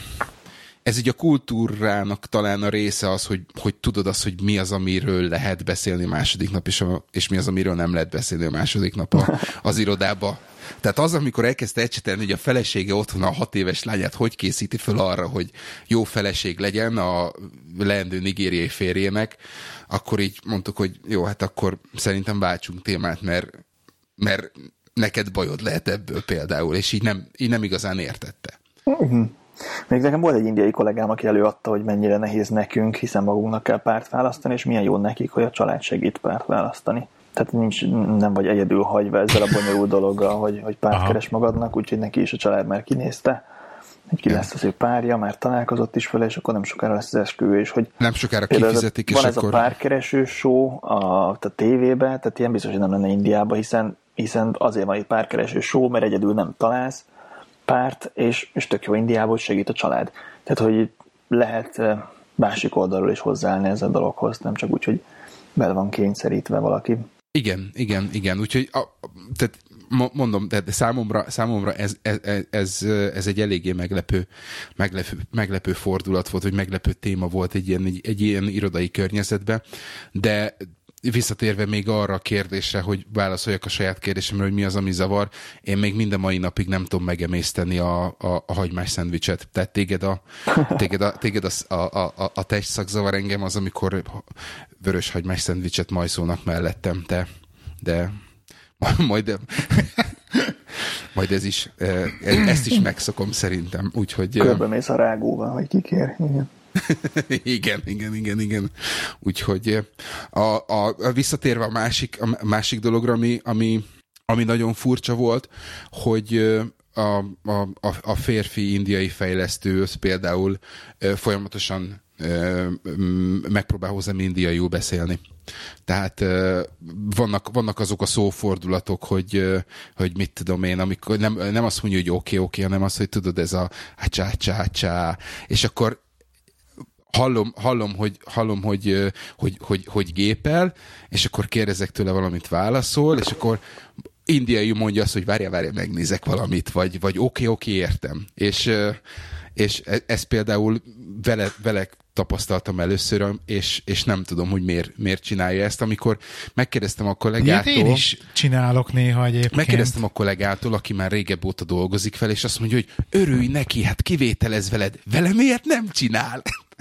ez így a kultúrának talán a része az, hogy, hogy tudod azt, hogy mi az, amiről lehet beszélni a második nap, és, a, és mi az, amiről nem lehet beszélni a második nap a, az irodába. Tehát az, amikor elkezdte ecsetelni, hogy a felesége otthon a hat éves lányát hogy készíti föl arra, hogy jó feleség legyen a leendő nigériai férjének, akkor így mondtuk, hogy jó, hát akkor szerintem váltsunk témát, mert, mert neked bajod lehet ebből például, és így nem, így nem igazán értette. Uh-huh. Még nekem volt egy indiai kollégám, aki előadta, hogy mennyire nehéz nekünk, hiszen magunknak kell párt választani, és milyen jó nekik, hogy a család segít párt választani. Tehát nincs, nem vagy egyedül hagyva ezzel a bonyolult dologgal, hogy, hogy párt Aha. keres magadnak, úgyhogy neki is a család már kinézte, hogy ki lesz az ő párja, már találkozott is vele, és akkor nem sokára lesz az esküvő, és hogy nem sokára kifizetik, és van akkor... ez a párkereső show a, a tévében, tehát ilyen biztos, hogy nem lenne Indiában, hiszen, hiszen azért van egy párkereső show, mert egyedül nem találsz párt, és, és tök jó Indiában, hogy segít a család. Tehát, hogy lehet másik oldalról is hozzáállni ez a dologhoz, nem csak úgy, hogy bele van kényszerítve valaki. Igen, igen, igen. Úgyhogy a, tehát mondom, de számomra, számomra ez, ez, ez, ez egy eléggé meglepő, meglepő, meglepő fordulat volt, vagy meglepő téma volt egy ilyen, egy, egy ilyen irodai környezetben, de visszatérve még arra a kérdésre, hogy válaszoljak a saját kérdésemre, hogy mi az, ami zavar, én még minden mai napig nem tudom megemészteni a, a, a hagymás szendvicset. Tehát téged a, téged a, téged a, a, a, a testszak zavar, engem az, amikor vörös hagymás szendvicset majszolnak mellettem, te, de majd, majd ez is, ezt is megszokom szerintem, úgyhogy... Körbemész a rágóval, hogy kikér, igen. igen, igen, igen, igen. Úgyhogy a, a, a visszatérve a másik, a másik dologra, ami, ami, ami nagyon furcsa volt, hogy a, a, a férfi indiai fejlesztő például folyamatosan megpróbál hozzám indiaiul beszélni. Tehát vannak, vannak azok a szófordulatok, hogy, hogy mit tudom én, amikor nem, nem azt mondja, hogy oké, okay, oké, okay, hanem azt, hogy tudod, ez a csá, csá, csá, és akkor hallom, hallom, hogy, hallom hogy, hogy, hogy, hogy gépel, és akkor kérdezek tőle valamit, válaszol, és akkor indiai mondja azt, hogy várja, várja, megnézek valamit, vagy, vagy oké, okay, oké, okay, értem. És, és ez például vele, vele tapasztaltam először, és, és nem tudom, hogy miért, miért csinálja ezt. Amikor megkérdeztem a kollégától... Én is csinálok néha egyébként. Megkérdeztem a kollégától, aki már régebb óta dolgozik fel, és azt mondja, hogy örülj neki, hát kivételez veled. Vele miért nem csinál?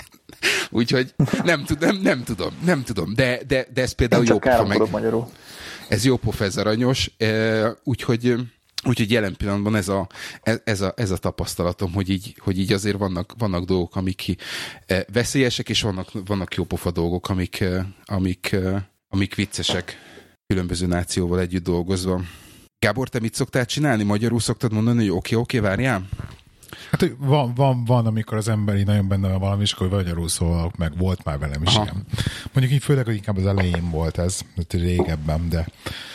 Úgyhogy nem, tud, nem, nem tudom, nem tudom, de, de, de ez például jó pofa meg... Magyarul. Ez jó pofa, ez aranyos, úgyhogy, úgyhogy jelen pillanatban ez a, ez a, ez a tapasztalatom, hogy így, hogy így azért vannak, vannak dolgok, amik veszélyesek, és vannak, vannak jó pofa dolgok, amik, amik, amik viccesek különböző nációval együtt dolgozva. Gábor, te mit szoktál csinálni? Magyarul szoktad mondani, hogy oké, oké, várjál? Hát van, van, van, amikor az emberi nagyon benne van valami, és akkor magyarul szólok, meg volt már velem is ilyen. Mondjuk így főleg, hogy inkább az elején volt ez, régebben, de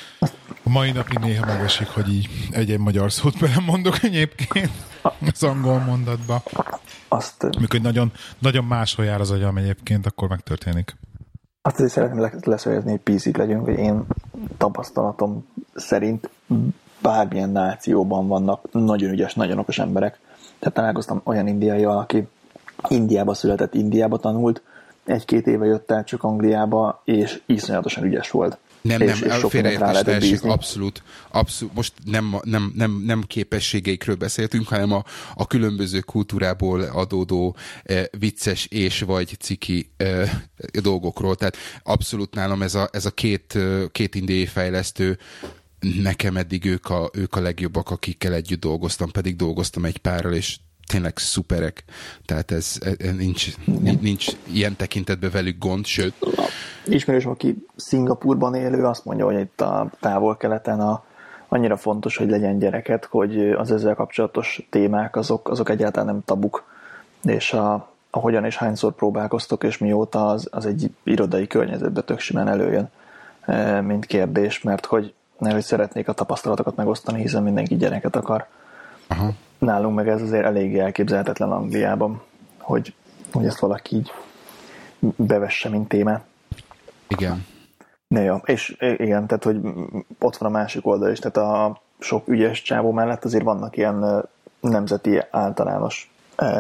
a mai napig néha megesik, hogy így egy-egy magyar szót belemondok egyébként az angol mondatba. Azt, amikor nagyon, nagyon máshol jár az agyam egyébként, akkor megtörténik. Azt azért szeretném leszögezni, hogy píszik legyünk, hogy én tapasztalatom szerint bármilyen nációban vannak nagyon ügyes, nagyon okos emberek. Tehát találkoztam olyan indiaival, aki Indiába született, Indiába tanult, egy-két éve jött el csak Angliába, és iszonyatosan ügyes volt. Nem, és, nem, és félreértés, abszolút, abszolút. Most nem, nem, nem, nem képességeikről beszéltünk, hanem a, a különböző kultúrából adódó eh, vicces és vagy ciki eh, dolgokról. Tehát abszolút nálam ez a, ez a két, két indiai fejlesztő, nekem eddig ők a, ők a legjobbak, akikkel együtt dolgoztam, pedig dolgoztam egy párral, és tényleg szuperek. Tehát ez, ez nincs, nincs ilyen tekintetben velük gond, sőt. Ismerős, aki Szingapurban élő, azt mondja, hogy itt a távol-keleten a, annyira fontos, hogy legyen gyereket, hogy az ezzel kapcsolatos témák azok, azok egyáltalán nem tabuk. És a, a hogyan és hányszor próbálkoztok, és mióta az, az egy irodai környezetben tök simán előjön, mint kérdés, mert hogy hogy szeretnék a tapasztalatokat megosztani, hiszen mindenki gyereket akar. Aha. Nálunk meg ez azért eléggé elképzelhetetlen Angliában, hogy, hogy ezt valaki így bevesse, mint témát. Igen. Ne, jó. És igen, tehát, hogy ott van a másik oldal is, tehát a sok ügyes csávó mellett azért vannak ilyen nemzeti általános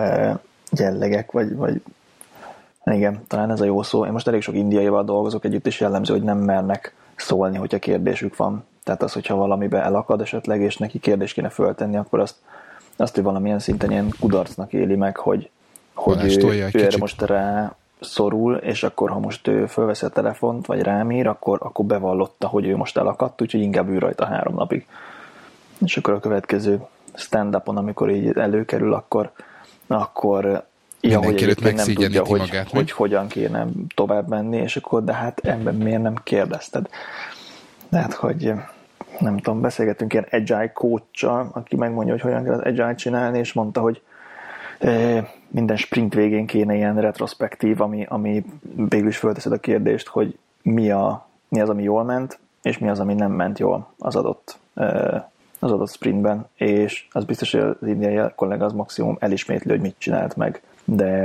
jellegek, vagy, vagy igen, talán ez a jó szó. Én most elég sok indiaival dolgozok együtt, és jellemző, hogy nem mernek szólni, hogyha kérdésük van. Tehát az, hogyha valamibe elakad esetleg, és neki kérdést kéne föltenni, akkor azt, azt hogy valamilyen szinten ilyen kudarcnak éli meg, hogy, hogy ő, ő erre most rá szorul, és akkor, ha most ő fölveszi a telefont, vagy rám ír, akkor, akkor bevallotta, hogy ő most elakadt, úgyhogy inkább ül rajta három napig. És akkor a következő stand-upon, amikor így előkerül, akkor, akkor ja, hogy egyébként nem tudja, hogy, magát, hogy hogyan kéne tovább menni, és akkor, de hát ember, miért nem kérdezted? Tehát, hogy nem tudom, beszélgettünk ilyen agile coach-sal, aki megmondja, hogy hogyan kell az agile csinálni, és mondta, hogy eh, minden sprint végén kéne ilyen retrospektív, ami, ami végül is fölteszed a kérdést, hogy mi, a, mi az, ami jól ment, és mi az, ami nem ment jól az adott, eh, az adott sprintben, és az biztos, hogy az indiai kollega az maximum elismétli, hogy mit csinált meg. De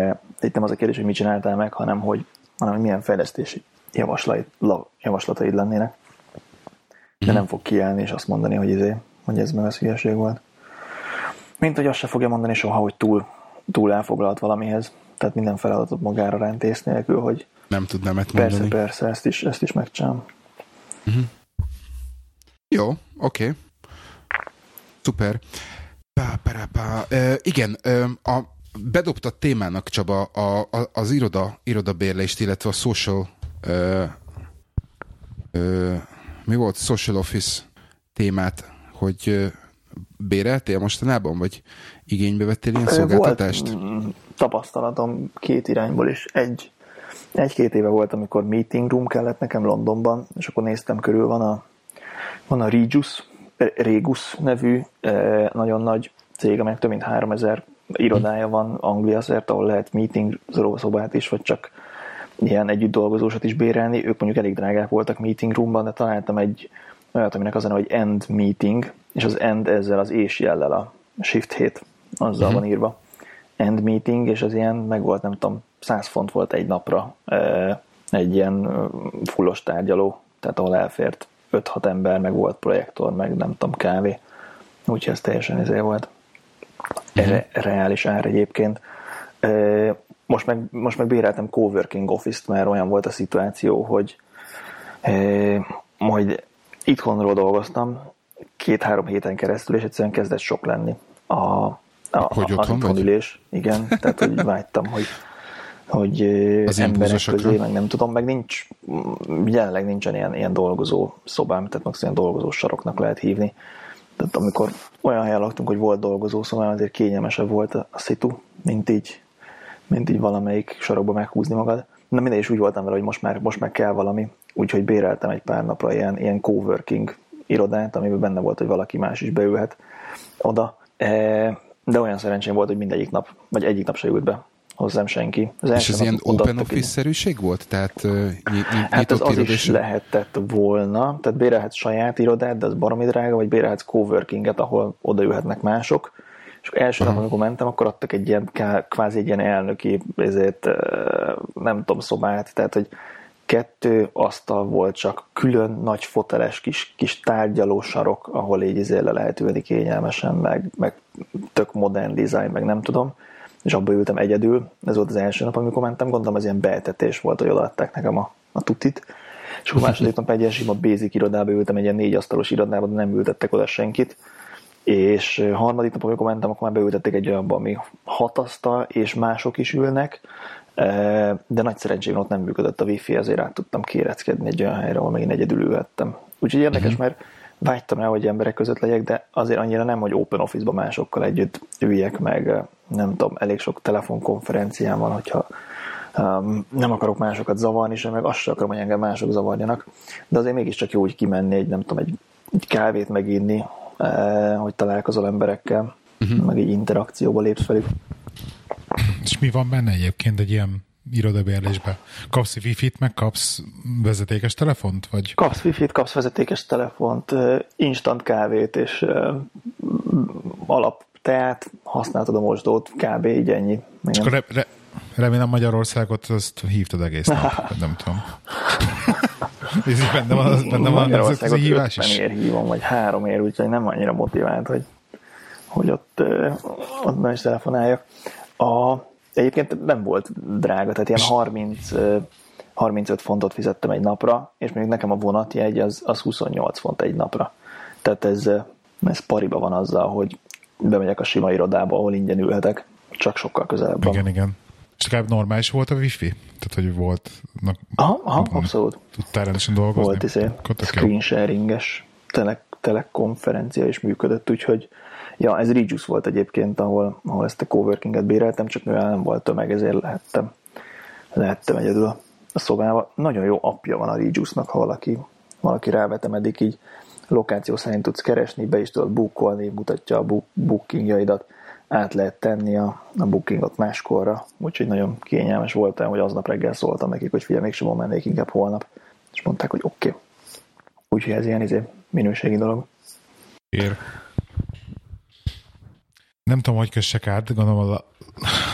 itt nem az a kérdés, hogy mit csináltál meg, hanem hogy, hanem, hogy milyen fejlesztési javaslataid lennének. De nem fog kiállni és azt mondani, hogy, izé, hogy ez meg az hülyeség volt. Mint hogy azt se fogja mondani soha, hogy túl, túl elfoglalt valamihez. Tehát minden feladatot magára rántész nélkül, hogy nem tud nemet mondani. Persze, persze, ezt is, ezt is megcsinálom. Uh-huh. Jó, oké. Okay. Szuper. Pá, pá, pá. Uh, igen, uh, a bedobtad témának, Csaba, a, a, az iroda, irodabérlést, illetve a social uh, uh, mi volt? Social office témát, hogy uh, béreltél mostanában, vagy igénybe vettél ilyen szolgáltatást? Volt tapasztalatom két irányból is. Egy, egy-két éve volt, amikor meeting room kellett nekem Londonban, és akkor néztem körül, van a, van a Regus, Regus nevű nagyon nagy cég, amelyek több mint háromezer irodája van Anglia szerte, ahol lehet meeting szobát is, vagy csak ilyen együtt dolgozósat is bérelni. Ők mondjuk elég drágák voltak meeting roomban, de találtam egy olyat, aminek az a neve, hogy end meeting, és az end ezzel az és jellel, a shift hét, azzal uh-huh. van írva. End meeting, és az ilyen, meg volt, nem tudom, száz font volt egy napra egy ilyen fullos tárgyaló, tehát ahol elfért öt-hat ember, meg volt projektor, meg nem tudom, kávé. Úgyhogy ez teljesen ezért volt. Re- reális ár egyébként. Most meg, most meg béreltem coworking office-t, mert olyan volt a szituáció, hogy majd itthonról dolgoztam két-három héten keresztül, és egyszerűen kezdett sok lenni a, a, hogy a, az itthonülés. Igen, tehát hogy vágytam, hogy, hogy emberek közé, meg nem tudom, meg nincs, jelenleg nincsen ilyen, ilyen dolgozó szobám, tehát meg ilyen dolgozó saroknak lehet hívni. Tehát amikor olyan helyen laktunk, hogy volt dolgozó szobám, azért kényelmesebb volt a, a szitu, mint így, mint így valamelyik sarokba meghúzni magad. De minden is úgy voltam vele, hogy most már, most már kell valami, úgyhogy béreltem egy pár napra ilyen, ilyen coworking irodát, amiben benne volt, hogy valaki más is beülhet oda. De olyan szerencsém volt, hogy mindegyik nap, vagy egyik nap se ült be hozzám senki. Az és ez ilyen open office-szerűség volt? Tehát uh, ny- hát az, az is lehetett volna, tehát bérelhetsz saját irodát, de az baromi drága, vagy bérelhetsz coworkinget, ahol odaülhetnek mások. És első uh-huh. nap, amikor mentem, akkor adtak egy ilyen, kvázi egy ilyen elnöki, ezért nem tudom, szobát, tehát, hogy kettő asztal volt, csak külön nagy foteles kis, kis tárgyalósarok, ahol így izé le lehet ülni kényelmesen, meg, meg tök modern design, meg nem tudom, és abba ültem egyedül. Ez volt az első nap, amikor mentem, gondolom az ilyen beetetés volt, hogy odaadták nekem a, a tutit. És akkor második nap egy ilyen sima basic irodába ültem, egy ilyen négy asztalos irodába, de nem ültettek oda senkit. És harmadik nap, amikor mentem, akkor már beültették egy olyanba, ami hat asztal, és mások is ülnek, de nagy szerencsében ott nem működött a wifi, ezért át tudtam kéreckedni egy olyan helyre, ahol megint egyedül ülhettem. Úgyhogy érdekes, uh-huh. mert vágytam rá, hogy emberek között legyek, de azért annyira nem, hogy open office-ba másokkal együtt üljek, meg nem tudom, elég sok telefonkonferencián van, hogyha um, nem akarok másokat zavarni, és meg azt sem akarom, hogy engem mások zavarjanak, de azért mégiscsak jó úgy kimenni, egy nem tudom, egy, egy kávét meginni, eh, hogy találkozol emberekkel, uh-huh. meg egy interakcióba lépsz velük. És mi van benne egyébként egy ilyen irodabérlésbe? Kapsz wifi-t, meg kapsz vezetékes telefont? Vagy? Kapsz wifi-t, kapsz vezetékes telefont, instant kávét és alap teát, használtad a mosdót, kb. Így ennyi. És akkor re- re- remélem Magyarországot azt hívtad egész nap, nem tudom. Ez benne van, az, benne van nemzetközi hívás is? ötven ér hívom, vagy három ér, úgyhogy nem annyira motivált, hogy, hogy ott, ott már is telefonáljak. A, egyébként nem volt drága, tehát ilyen harminc, harmincöt fontot fizettem egy napra, és még nekem a vonatjegy az, az huszonnyolc font egy napra. Tehát ez, ez pariba van azzal, hogy bemegyek a sima irodába, ahol ingyen ülhetek, csak sokkal közelebb van. Igen, igen. És legalább normális volt a wifi? Tehát, hogy volt... Na, aha, aha, abszolút. Tudtál rendesen dolgozni? Volt izé, screen sharinges tele, telekonferencia is működött, úgyhogy ja, ez Regus volt egyébként, ahol, ahol ezt a coworkinget béreltem, csak mivel nem volt tömeg, ezért lehettem, lehettem egyedül a szobába. Nagyon jó appja van a Regusnak, ha valaki, valaki rávetemedik, így lokáció szerint tudsz keresni, be is tudod bookolni, mutatja a book, bookingjaidat, át lehet tenni a, a bookingot máskorra, úgyhogy nagyon kényelmes volt, hogy aznap reggel szóltam nekik, hogy figyelj, mégsem mennék, inkább holnap, és mondták, hogy oké. Okay. Úgyhogy ez ilyen izé, minőségi dolog. Ér. Nem tudom, hogy kössek át, gondolom a,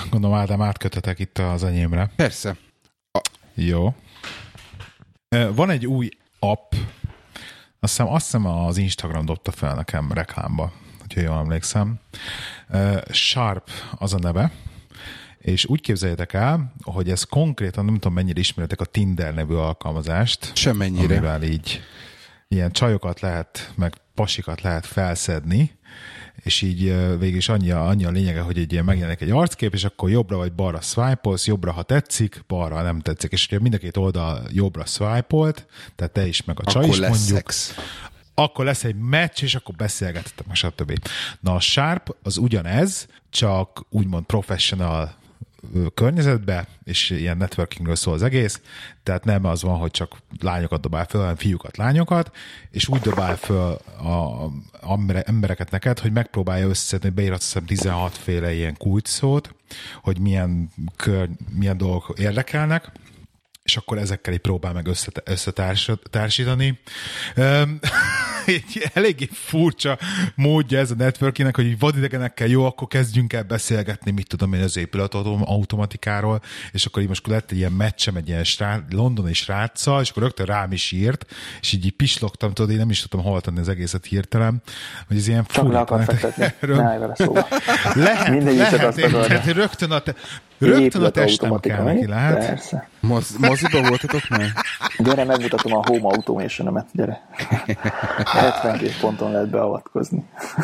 Gondolom, Ádám, átkötetek itt az enyémre. Persze. A... Jó. Van egy új app, azt hiszem, azt hiszem az Instagram dobta fel nekem reklámba, hogyha jól emlékszem. Sharp az a neve, és úgy képzeljétek el, hogy ez konkrétan, nem tudom mennyire ismeritek a Tinder nevű alkalmazást. Semmennyire. Amivel így ilyen csajokat lehet, meg pasikat lehet felszedni, és így végül is annyi a, annyi a lényege, hogy egy ilyen megjelenik egy arckép, és akkor jobbra vagy balra swipe-olsz, jobbra, ha tetszik, balra, ha nem tetszik. És ugye mind a két oldal jobbra swipe-olt, tehát te is, meg a csaj akkor is lesz mondjuk. Szex. Akkor lesz egy meccs, és akkor beszélgetettek, meg stb. Na a Sharp az ugyanez, csak úgymond professional környezetbe, és ilyen networkingről szól az egész, tehát nem az van, hogy csak lányokat dobál föl, hanem fiúkat, lányokat, és úgy dobál föl a, a embereket neked, hogy megpróbálja összeszedni, hogy beírat azt hiszem tizenhat féle ilyen kulcsszót, hogy milyen, kör, milyen dolgok érdekelnek, és akkor ezekkel így próbál meg összetársítani. Um, egy eléggé furcsa módja ez a networkingnek, hogy vadidegenekkel jó, akkor kezdjünk el beszélgetni, mit tudom én, az épület automatikáról, és akkor így most lett egy ilyen meccsem, egy ilyen srác, londoni sráccal, és akkor rögtön rám is írt, és így, így pislogtam, tudod, én nem is tudtam hol tenni az egészet hirtelen, hogy ez ilyen csak le akar fektetni, ne állj vele szóba. Lehet, lehet, lehet, rögtön a, te, rögtön a testem kell neki, lehet. Persze. Moz, moziba voltatok már? Gyere, megmutatom a home automation-ömet, gyere. hetvenkét ponton lehet beavatkozni.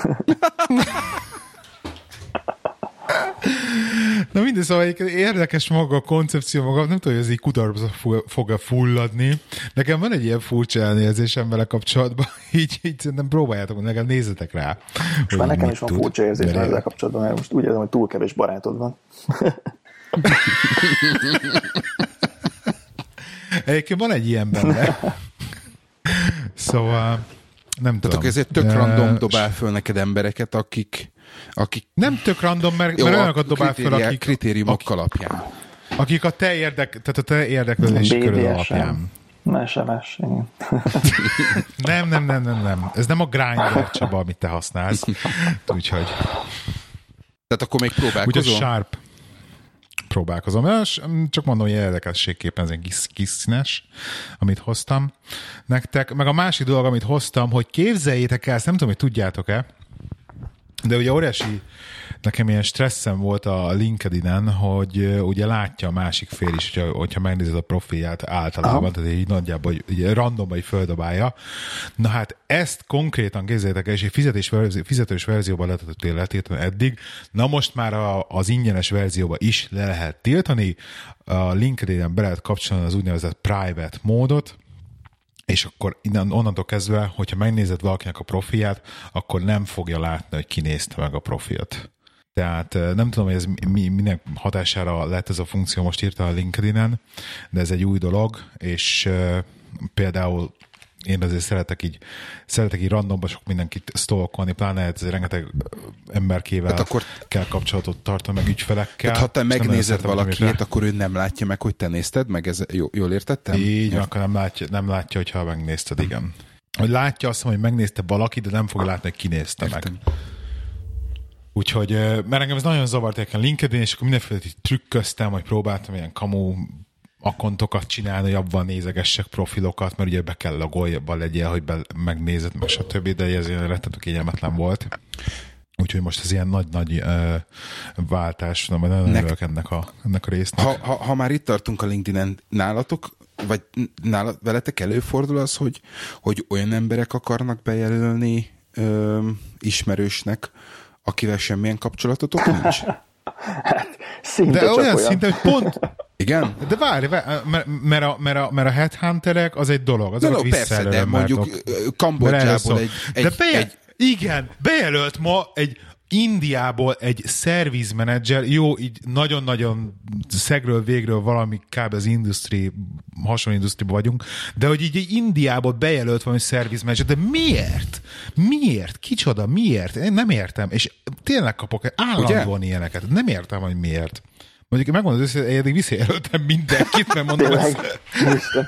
Na mindegy, szóval érdekes maga a koncepció, maga, nem tudom, hogy ez így kudarba fog-e fulladni. Nekem van egy ilyen furcsa elnézésem vele kapcsolatban, így, így szerintem próbáljátok, nekem nézzetek rá. Már nekem is van tud. Furcsa érzésem ezzel kapcsolatban, mert most úgy érzem, hogy túl kevés barátod van. Egyébként van egy ilyen benne. Szóval nem tudom. Tehát ezért tök random dobál föl neked embereket, akik... akik... Nem tök random, mert, mert olyanokat dobál föl, akik... kritériumok akik, alapján. Akik a te, érdek, tehát a te érdeklődési körül alapján. Más sem, más, igen. Nem, nem, nem, nem, nem. Ez nem a Grindr, Csaba, amit te használsz. Úgyhogy... Tehát akkor még próbálkozol? Úgyhogy Sharp. Próbálkozom. Csak mondom, hogy érdekességképpen ez egy kis, kis színes, amit hoztam nektek. Meg a másik dolog, amit hoztam, hogy képzeljétek el, ezt nem tudom, hogy tudjátok-e, de ugye óriási nekem ilyen stresszem volt a LinkedIn-en, hogy ugye látja a másik fél is, hogyha, hogyha megnézed a profilját általában, aha, tehát így nagyjából így randomban így földobálja. Na hát ezt konkrétan képzeljétek el, és egy fizetés verzió, fizetős verzióban lehetett letiltani eddig, na most már a, az ingyenes verzióban is le lehet tiltani, a LinkedIn-en be lehet kapcsolni az úgynevezett private módot, és akkor innen, onnantól kezdve, hogyha megnézed valakinek a profilját, akkor nem fogja látni, hogy kinézte meg a profilt. Tehát nem tudom, hogy ez mi, minek hatására lett ez a funkció, most írta a LinkedIn-en, de ez egy új dolog, és uh, például én azért szeretek így, szeretek így randomban sok mindenkit stalkolni, pláne ez rengeteg emberkével hát akkor, kell kapcsolatot tartani, meg ügyfelekkel. Tehát ha te megnézed valakit, akkor ő nem látja meg, hogy te nézted meg, ez jól értettem? Így van, akkor nem látja, nem látja, hogyha megnézted, igen. Hogy látja azt, hogy megnézte valaki, de nem fogja látni, hogy kinézte meg. Úgyhogy, mert engem ez nagyon zavart a LinkedIn, és akkor mindenféle trükköztem, hogy próbáltam ilyen kamu akkontokat csinálni, hogy abban nézegessek profilokat, mert ugye be kell logolva legyél, hogy be, megnézed, meg stb., de ez ilyen rettető kényelmetlen volt. Úgyhogy most ez ilyen nagy-nagy uh, váltás, na, nagyon Nek- örülök ennek a, ennek a résznek. Ha, ha, ha már itt tartunk a LinkedIn-en, nálatok, vagy nálad, veletek előfordul az, hogy, hogy olyan emberek akarnak bejelölni ö, ismerősnek, akivel semmilyen kapcsolatotok nincs? Hát, szinte de csak olyan, olyan. Szinte, hogy pont... Igen? De várj, várj mert, mert, a, mert, a, mert a headhunterek az egy dolog. Az de no, persze, de mondjuk Kambodzsából egy, egy, de beje- egy... Igen, bejelölt ma egy Indiából egy szervizmenedzser, jó, így nagyon-nagyon szegről végről valami kb. Az industri, hasonló industriában vagyunk, de hogy így egy Indiából bejelölt valami szervizmenedzser, de miért? Miért? Kicsoda? Miért? Én nem értem, és tényleg kapok állandóan ilyeneket. Nem értem, hogy miért. Mondjuk megmondod, hogy eddig visszajelöltem mindenkit, mert mondom, tényleg,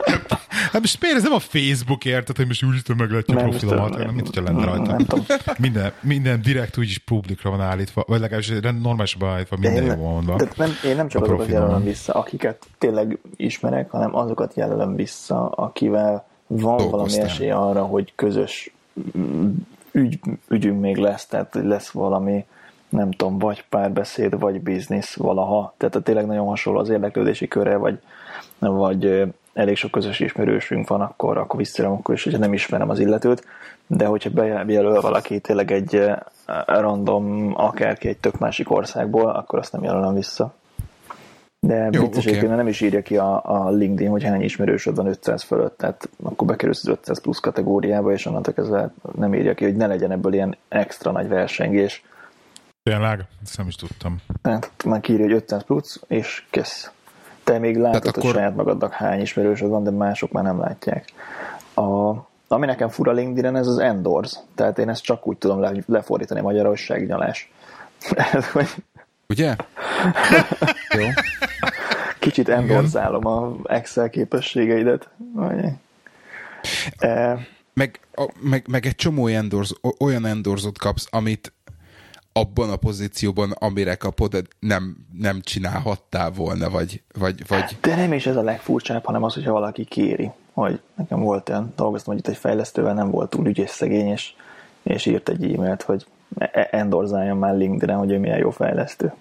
Hát most miért ez nem a Facebook érted, hogy most úgyis meglátja a profilomat, nem, mint hogyha lenne rajta. Minden, minden direkt úgyis publikra van állítva, vagy legalábbis normálisban állítva, minden jó mondva. Nem, én nem csak azokat jelölöm vissza, akiket tényleg ismerek, hanem azokat jelölöm vissza, akivel van Dolgoztál. valami esély arra, hogy közös ügy, ügyünk még lesz, tehát lesz valami, nem tudom, vagy párbeszéd, vagy biznisz valaha. Tehát tényleg nagyon hasonló az érdeklődési körre, vagy, vagy elég sok közös ismerősünk van, akkor, akkor visszajön, akkor is, hogyha nem ismerem az illetőt, de hogyha bejelöl valaki tényleg egy random akárki egy tök másik országból, akkor azt nem jelölöm vissza. De vicceségként okay. nem is írja ki a, a LinkedIn, hogy hány ismerősöd van ötszáz fölött, tehát akkor bekerülsz az ötszáz plusz kategóriába, és onnantól kezdve nem írja ki, hogy ne legyen ebből ilyen extra nagy versengés. Tényleg? Ezt nem is tudtam. Tehát már kiírja, hogy ötszáz plusz, és kész. Te még látod, akkor... hogy saját magadnak hány ismerősöd van, de mások már nem látják. A, ami nekem fura LinkedIn-en, ez az endorse. Tehát én ezt csak úgy tudom le, lefordítani magyarra, hogy segnyalás. Ugye? Jó. Kicsit endorzálom a Excel képességeidet. E... Meg, a, meg, meg egy csomó endorz, olyan endorzot kapsz, amit abban a pozícióban, amire kapod, nem, nem csinálhattál volna, vagy, vagy, vagy... De nem is ez a legfurcsább, hanem az, hogyha valaki kéri, hogy nekem volt olyan, dolgoztam, hogy itt egy fejlesztővel nem volt túl ügyes szegény, és, és írt egy e-mailt, hogy endorzáljon már LinkedIn-en, hogy ő milyen jó fejlesztő.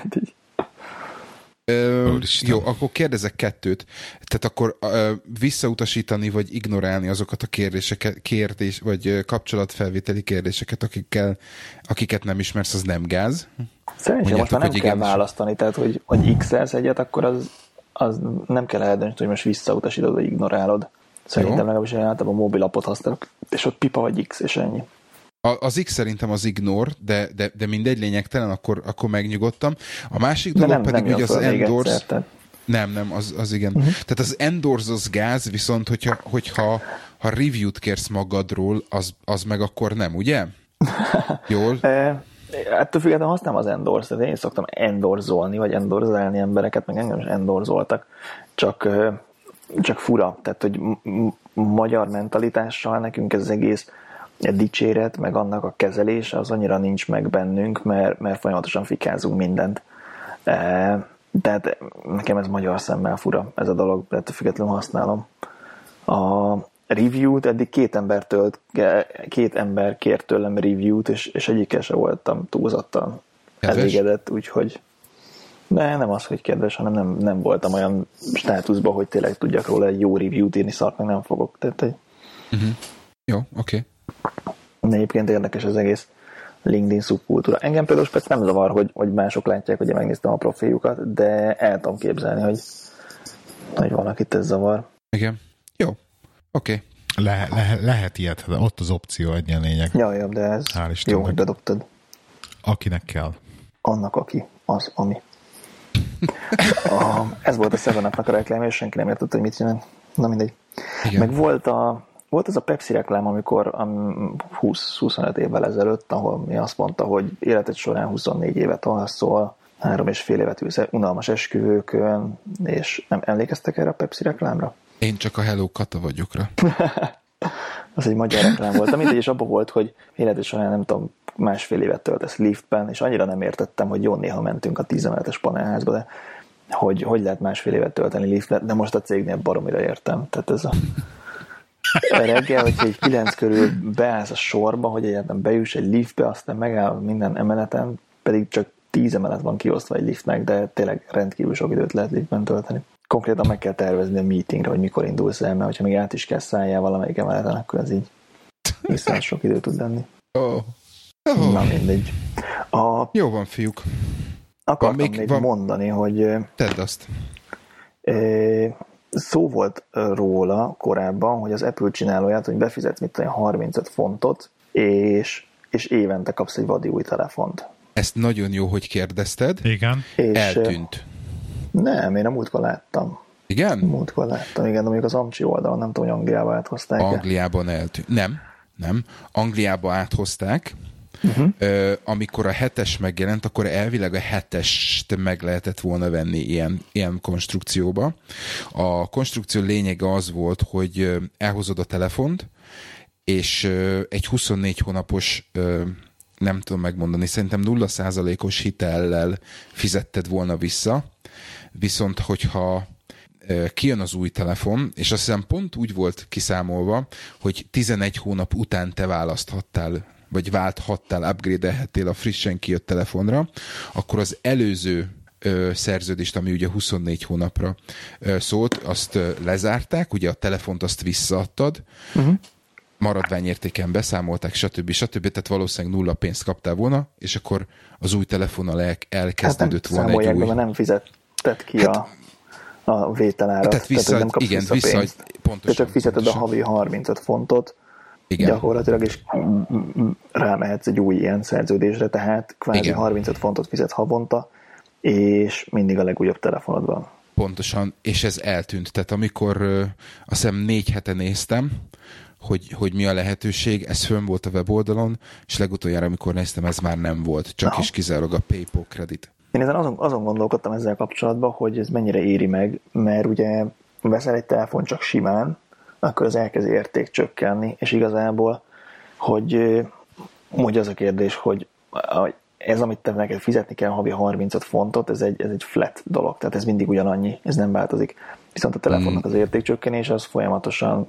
Ö, jó, akkor kérdezek kettőt. Tehát akkor ö, visszautasítani, vagy ignorálni azokat a kérdéseket, kérdés, vagy kapcsolatfelvételi kérdéseket, akikkel, akiket nem ismersz, az nem gáz. Szerintem most már nem kell választani, tehát hogy, hogy x-elsz egyet, akkor az, az nem kell eldönteni, hogy most visszautasítod, vagy ignorálod. Szerintem legalábbis én általában a mobilapot használok, és ott pipa vagy X, és ennyi. Az X szerintem az ignore, de, de, de mindegy, lényegtelen, akkor, akkor megnyugodtam. A másik dolog nem, pedig, hogy az endorse... Egyszer, tehát... Nem, nem, az, az igen. Uh-huh. Tehát az endorse az gáz, viszont hogyha, hogyha ha review-t kérsz magadról, az, az meg akkor nem, ugye? Jól? Ettől függetlenül használom az endorse, tehát én szoktam endorzolni, vagy endorzálni embereket, meg engem is endorzoltak. Csak, csak fura, tehát hogy magyar mentalitással nekünk ez az egész dicséret, meg annak a kezelése az annyira nincs meg bennünk, mert, mert folyamatosan fikázunk mindent. E, tehát nekem ez magyar szemmel fura, ez a dolog, tehát függetlenül használom. A review-t eddig két ember tölt, két ember kért tőlem review-t, és, és egyikkel sem voltam túlzottan elégedett, úgyhogy de nem az, hogy kedves, hanem nem, nem voltam olyan státuszban, hogy tényleg tudjak róla egy jó review-t írni, szart meg nem fogok. Tehát, hogy... uh-huh. Jó, oké. Okay. De egyébként érdekes az egész LinkedIn szubkultúra. Engem például spec nem zavar, hogy, hogy mások látják, hogy én megnéztem a profiljukat, de el tudom képzelni, hogy, hogy valakit ez zavar. Igen. Jó. Oké. Okay. Le, le, lehet ilyet, de ott az opció egyen lényeg. Jaj, jobb, de ez jó, hogy bedobtad. Akinek kell. Annak, aki, az, ami. a, ez volt a seven up-nak a reklámja, és senki nem értett, hogy mit csinál. Na mindegy. Igen. Meg volt a Volt ez a Pepsi reklám, amikor húsz-huszonöt évvel ezelőtt, ahol mi azt mondta, hogy életed során huszonnégy évet alszol, három és fél évet ülsz unalmas esküvőkön, és nem emlékeztek erre a Pepsi reklámra? Én csak a Hello Kata vagyokra. Az egy magyar reklám volt. Amit és abban volt, hogy életed során nem tudom, másfél évet töltesz liftben, és annyira nem értettem, hogy jó, néha mentünk a tízemeletes panelházba, de hogy, hogy lehet másfél évet tölteni liftben, de most a cégnél baromira értem. Tehát ez a reggel, hogyha egy kilenc körül beállsz a sorba, hogy egyáltalán bejuss egy liftbe, aztán megáll minden emeleten, pedig csak tíz emelet van kiosztva egy liftnek, de tényleg rendkívül sok időt lehet liftben tölteni. Konkrétan meg kell tervezni a meetingre, hogy mikor indulsz el, mert hogyha még át is kell szálljál valamelyik emeleten, akkor ez így hiszen sok idő tud lenni. Oh. Oh. Na mindegy. A... Jó van, fiúk. Akartam van még, még van... mondani, hogy... Tedd azt. E... Szó volt róla korábban, hogy az Apple csinálóját, hogy befizetsz mit tudom, harmincöt fontot, és, és évente kapsz egy vadi új telefont. Ezt nagyon jó, hogy kérdezted. Igen. És eltűnt. Nem, én a múltkor láttam. Igen? Múltkor láttam, igen, de mondjuk az Amcsi oldalon, nem tudom, hogy Angliába áthozták. Angliában eltűnt. Nem, nem. Angliába áthozták, Uh-huh. Ö, amikor a hetes megjelent, akkor elvileg a hetest meg lehetett volna venni ilyen, ilyen konstrukcióba. A konstrukció lényege az volt, hogy elhozod a telefont, és egy huszonnégy hónapos, nem tudom megmondani, szerintem nulla százalékos hitellel fizetted volna vissza, viszont hogyha kijön az új telefon, és azt hiszem pont úgy volt kiszámolva, hogy tizenegy hónap után te választhattál, vagy válthattál, upgrade-elhettél a frissen kijött telefonra, akkor az előző ö, szerződést, ami ugye huszonnégy hónapra ö, szólt, azt ö, lezárták, ugye a telefont azt visszaadtad, uh-huh. maradványértéken beszámolták, stb. stb. Tehát valószínűleg nulla pénzt kaptál volna, és akkor az új telefonnal el, elkezdődött hát volna egy új... Hát nem fizetted ki hát, a, a vételárat, tehát, vissza, tehát nem kapsz igen, vissza vissza, pénzt. Pontosan, te csak fizeted pontosan. a havi harmincöt fontot, igen. gyakorlatilag, és rámehetsz egy új ilyen szerződésre, tehát kvázi igen. harmincöt fontot fizet havonta, és mindig a legújabb telefonodban. Pontosan, és ez eltűnt. Tehát amikor ö, azt hiszem négy hete néztem, hogy, hogy mi a lehetőség, ez fönn volt a weboldalon, és legutoljára, amikor néztem, ez már nem volt, csak Aha. is kizárólag a PayPal Credit. Én ezen azon, azon gondolkodtam ezzel kapcsolatban, hogy ez mennyire éri meg, mert ugye veszel egy telefon csak simán, akkor az elkezd érték csökkenni, és igazából, hogy, hogy az a kérdés, hogy ez, amit te neked fizetni kell havi harmincöt fontot, ez egy, ez egy flat dolog, tehát ez mindig ugyanannyi, ez nem változik. Viszont a telefonnak az értékcsökkenés az folyamatosan,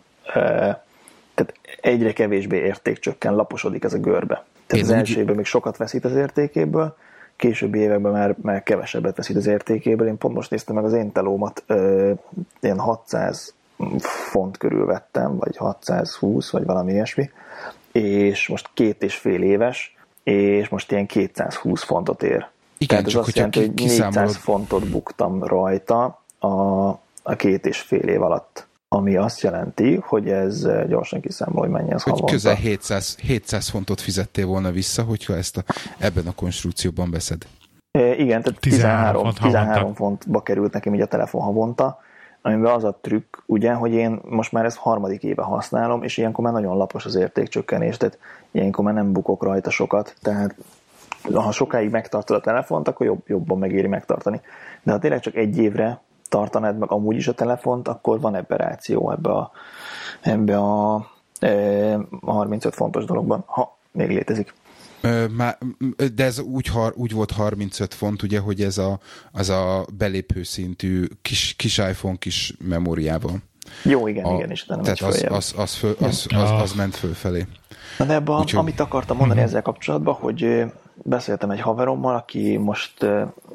tehát egyre kevésbé értékcsökken, laposodik ez a görbe. Tehát Én az első évben még sokat veszít az értékéből, későbbi években már, már kevesebbet veszít az értékéből. Én pont most néztem meg az én telómat, ilyen hatszáz font körül vettem, vagy hatszázhúsz, vagy valami ilyesmi, és most két és fél éves, és most ilyen kétszázhúsz fontot ér. Igen, Tehát ez csak azt jelenti, hogy kiszámolod... négyszáz fontot buktam rajta a, a két és fél év alatt. Ami azt jelenti, hogy ez gyorsan kiszámol, hogy mennyi az hogy havonta. Közel hétszáz, hétszáz fontot fizettél volna vissza, hogyha ezt a, ebben a konstrukcióban veszed. E, igen, tehát tizenhárom, font, tizenhárom fontba került nekem így a telefon havonta, amiben az a trükk, ugye, hogy én most már ezt harmadik éve használom, és ilyenkor már nagyon lapos az értékcsökkenés, tehát ilyenkor már nem bukok rajta sokat, tehát ha sokáig megtartod a telefont, akkor jobb, jobban megéri megtartani. De ha tényleg csak egy évre tartanád meg amúgy is a telefont, akkor van ebbe ráció ebbe a, ebbe a e, harmincöt fontos dologban, ha még létezik. De ez úgy, úgy volt harmincöt font, ugye, hogy ez a, az a belépő szintű kis, kis iPhone kis memóriával. Jó, igen, a, igen, és nem tehát az, az, az, föl, az, az, az ment fölfelé. Na de ebben, Úgyhogy... amit akartam mondani ezzel kapcsolatban, hogy beszéltem egy haverommal, aki most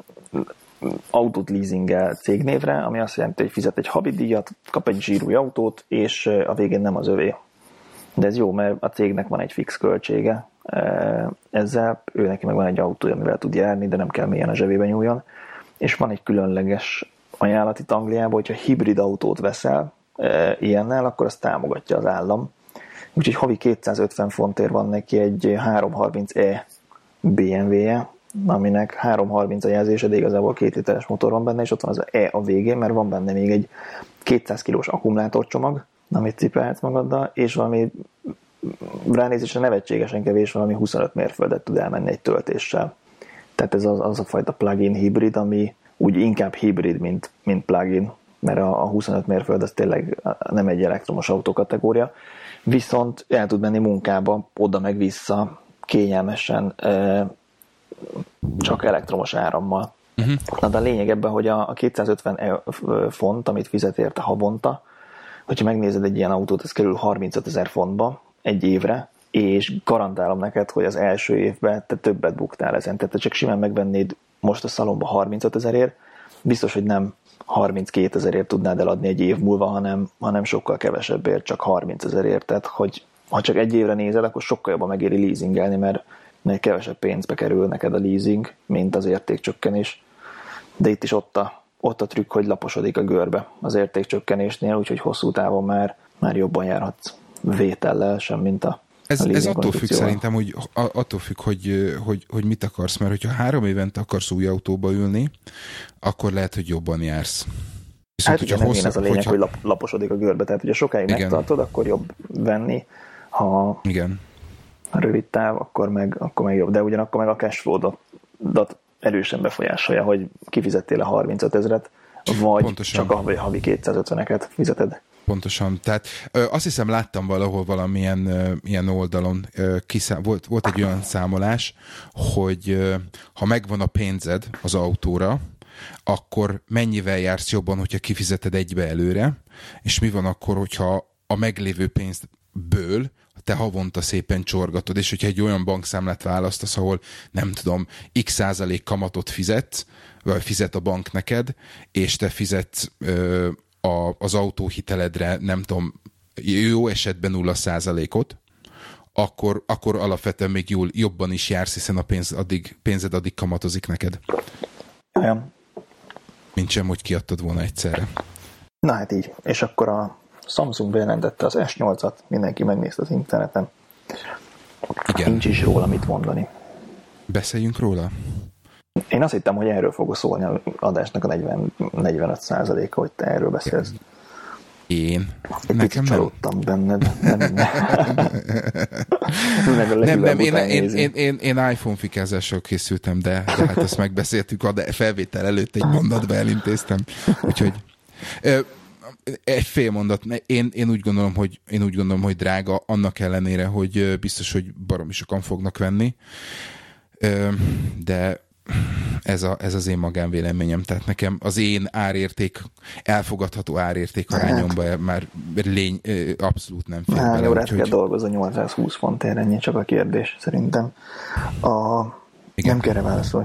autót leasingel cégnévre, ami azt jelenti, hogy fizet egy havidíjat, kap egy zsírúj autót, és a végén nem az övé. De ez jó, mert a cégnek van egy fix költsége ezzel, ő neki meg van egy autója, amivel tud járni, de nem kell mélyen a zsebébe nyúljon. És van egy különleges ajánlat itt Angliában, hogyha hibrid autót veszel ilyennel, akkor azt támogatja az állam. Úgyhogy havi kétszázötven fontért van neki egy háromszázharminc e bé em vé-je, aminek háromszázharminc a jelzése, de igazából két literes motor van benne, és ott van az E a végén, mert van benne még egy kétszáz kilós akkumulátorcsomag, amit cipelhetsz magaddal, és valami ránézésre nevetségesen kevés, valami huszonöt mérföldet tud elmenni egy töltéssel. Tehát ez az, az a fajta plug-in hibrid, ami úgy inkább hibrid, mint, mint plug-in, mert a, a huszonöt mérföld az tényleg nem egy elektromos autókategória, viszont el tud menni munkába, oda meg vissza, kényelmesen, csak elektromos árammal. Uh-huh. Na, de a lényeg ebben, hogy a, a kétszázötven font, amit fizet érte havonta, hogyha megnézed egy ilyen autót, ez kerül harmincötezer fontba egy évre, és garantálom neked, hogy az első évben te többet buktál ezen. Tehát te csak simán megvennéd most a szalomba harmincötezerért, biztos, hogy nem harminckétezerért tudnád eladni egy év múlva, hanem, hanem sokkal kevesebbért, csak harmincezerért. Tehát, hogy ha csak egy évre nézed, akkor sokkal jobban megéri leasingelni, mert, mert kevesebb pénzbe kerül neked a leasing, mint az értékcsökkenés. De itt is ott a, ott a trükk, hogy laposodik a görbe az értékcsökkenésnél, úgyhogy hosszú távon már, már jobban járhatsz vétellel sem, mint a Ez, ez attól függ szerintem, hogy attól függ, hogy, hogy, hogy mit akarsz, mert hogyha három évente akarsz új autóba ülni, akkor lehet, hogy jobban jársz. Viszont, hát igen, hosszabb, ez a lényeg, hogyha... hogy lap, laposodik a görbe, tehát hogyha sokáig igen. megtartod, akkor jobb venni, ha, igen. rövid táv, akkor meg, akkor meg jobb. De ugyanakkor meg a cashflow-dat erősen befolyásolja, hogy kifizettél a harmincöt ezret, vagy pontosan. Csak a havi kétszázötveneket fizeted. Pontosan. Tehát ö, azt hiszem láttam valahol valamilyen ö, ilyen oldalon, ö, kiszám, volt, volt egy olyan számolás, hogy ö, ha megvan a pénzed az autóra, akkor mennyivel jársz jobban, hogyha kifizeted egybe előre, és mi van akkor, hogyha a meglévő pénzből te havonta szépen csorgatod, és hogyha egy olyan bankszámlát választasz, ahol nem tudom, x százalék kamatot fizetsz, vagy fizet a bank neked, és te fizetsz ö, a, az autóhiteledre, nem tudom, jó esetben nulla százalékot, akkor, akkor alapvetően még jól, jobban is jársz, hiszen a pénz addig, pénzed addig kamatozik neked. Igen. Mint sem, hogy kiadtad volna egyszerre. Na hát így. És akkor a Samsung bejelentette az es nyolcat, mindenki megnézte az interneten. Igen. Nincs is róla mit mondani. Beszéljünk róla? Én azt hittem, hogy erről fog szólni az adásnak a negyven, negyvenöt százaléka, hogy te erről beszélsz. Én? Egy Nekem nem. Csalódtam benned. Nem, nem. nem, nem én, én, én, én, én iPhone fikázással készültem, de, de hát ezt megbeszéltük, a felvétel előtt egy mondatba elintéztem. Úgyhogy egy fél mondat. Én, én, úgy gondolom, hogy, én úgy gondolom, hogy drága, annak ellenére, hogy biztos, hogy baromi sokan fognak venni. De ez, a, ez az én magánvéleményem. Tehát nekem az én árérték, elfogadható árérték arányomban hát, már lény, abszolút nem fél bele. Hány órát úgyhogy... kell dolgozni nyolcszázhúsz fontért, ennyi csak a kérdés, szerintem. A... Nem kell rá válaszolni.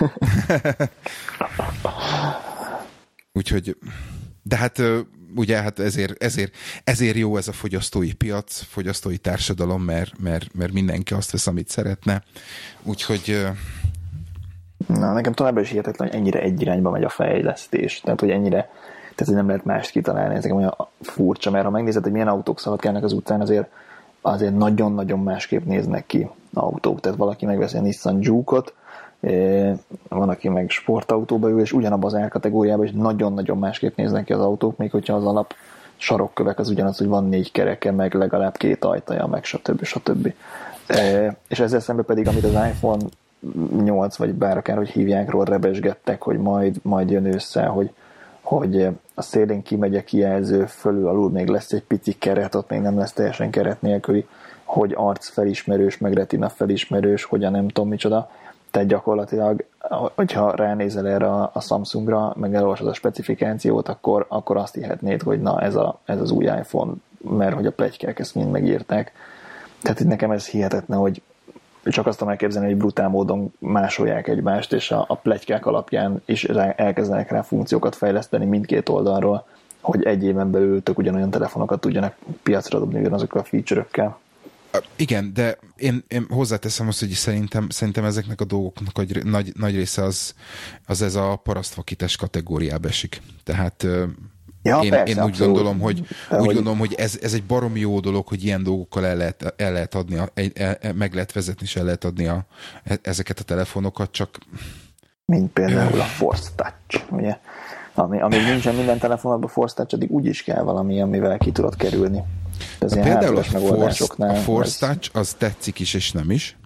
Úgyhogy, de hát ugye hát ezért, ezért, ezért jó ez a fogyasztói piac, fogyasztói társadalom, mert, mert, mert mindenki azt vesz, amit szeretne. Úgyhogy na, nekem továbbra is hihetetlen, hogy ennyire egy irányba megy a fejlesztés. Tehát, hogy ennyire, tehát, hogy nem lehet mást kitalálni. Ez olyan furcsa, mert ha megnézed, hogy milyen autók szaladgálnak az utcán, azért, azért nagyon-nagyon másképp néznek ki autók. Tehát valaki megveszi a Nissan Juke-ot, van, aki meg sportautóba ül, és ugyanabban az árkategóriában is nagyon-nagyon másképp néznek ki az autók, még hogyha az alap sarokkövek az ugyanaz, hogy van négy kereke, meg legalább két ajtaja, meg stb. stb. És ezzel szemben pedig, amit az iPhone nyolc, vagy bár akár, hogy hívják róla, rebesgettek, hogy majd, majd jön össze, hogy, hogy a szélén kimegy a kijelző, fölül alul még lesz egy pici keret, ott még nem lesz teljesen keret nélküli, hogy arc felismerős, meg retina felismerős, hogy a nem tudom micsoda. Tehát gyakorlatilag, hogyha ránézel erre a Samsungra, meg elolvasod a specifikációt, akkor, akkor azt hihetnéd, hogy na ez, a, ez az új iPhone, mert hogy a pletykák ezt mind megírták. Tehát itt nekem ez hihetetlen, hogy csak azt tudom elképzelni, hogy brutál módon másolják egymást, és a, a pletykák alapján is elkezdenek rá funkciókat fejleszteni mindkét oldalról, hogy egy éven belül tök ugyanolyan telefonokat tudjanak piacra dobni ugyanazokkal a feature-ökkel. Igen, de én, én hozzáteszem azt, hogy szerintem, szerintem ezeknek a dolgoknak egy nagy, nagy része az, az ez a parasztvakítás kategóriába esik. Tehát ja, én, persze, én úgy gondolom, hogy, úgy hogy... gondolom, hogy ez, ez egy baromi jó dolog, hogy ilyen dolgokkal el lehet, el lehet adni, a, el, meg lehet vezetni, és el lehet adni a, ezeket a telefonokat, csak... Mint például a Force Touch, ugye? Ami, amíg nincsen minden telefonodban Force Touch, addig úgy is kell valami, amivel ki tudod kerülni. Ez például a Force, a Force ez... Touch, az tetszik is, és nem is.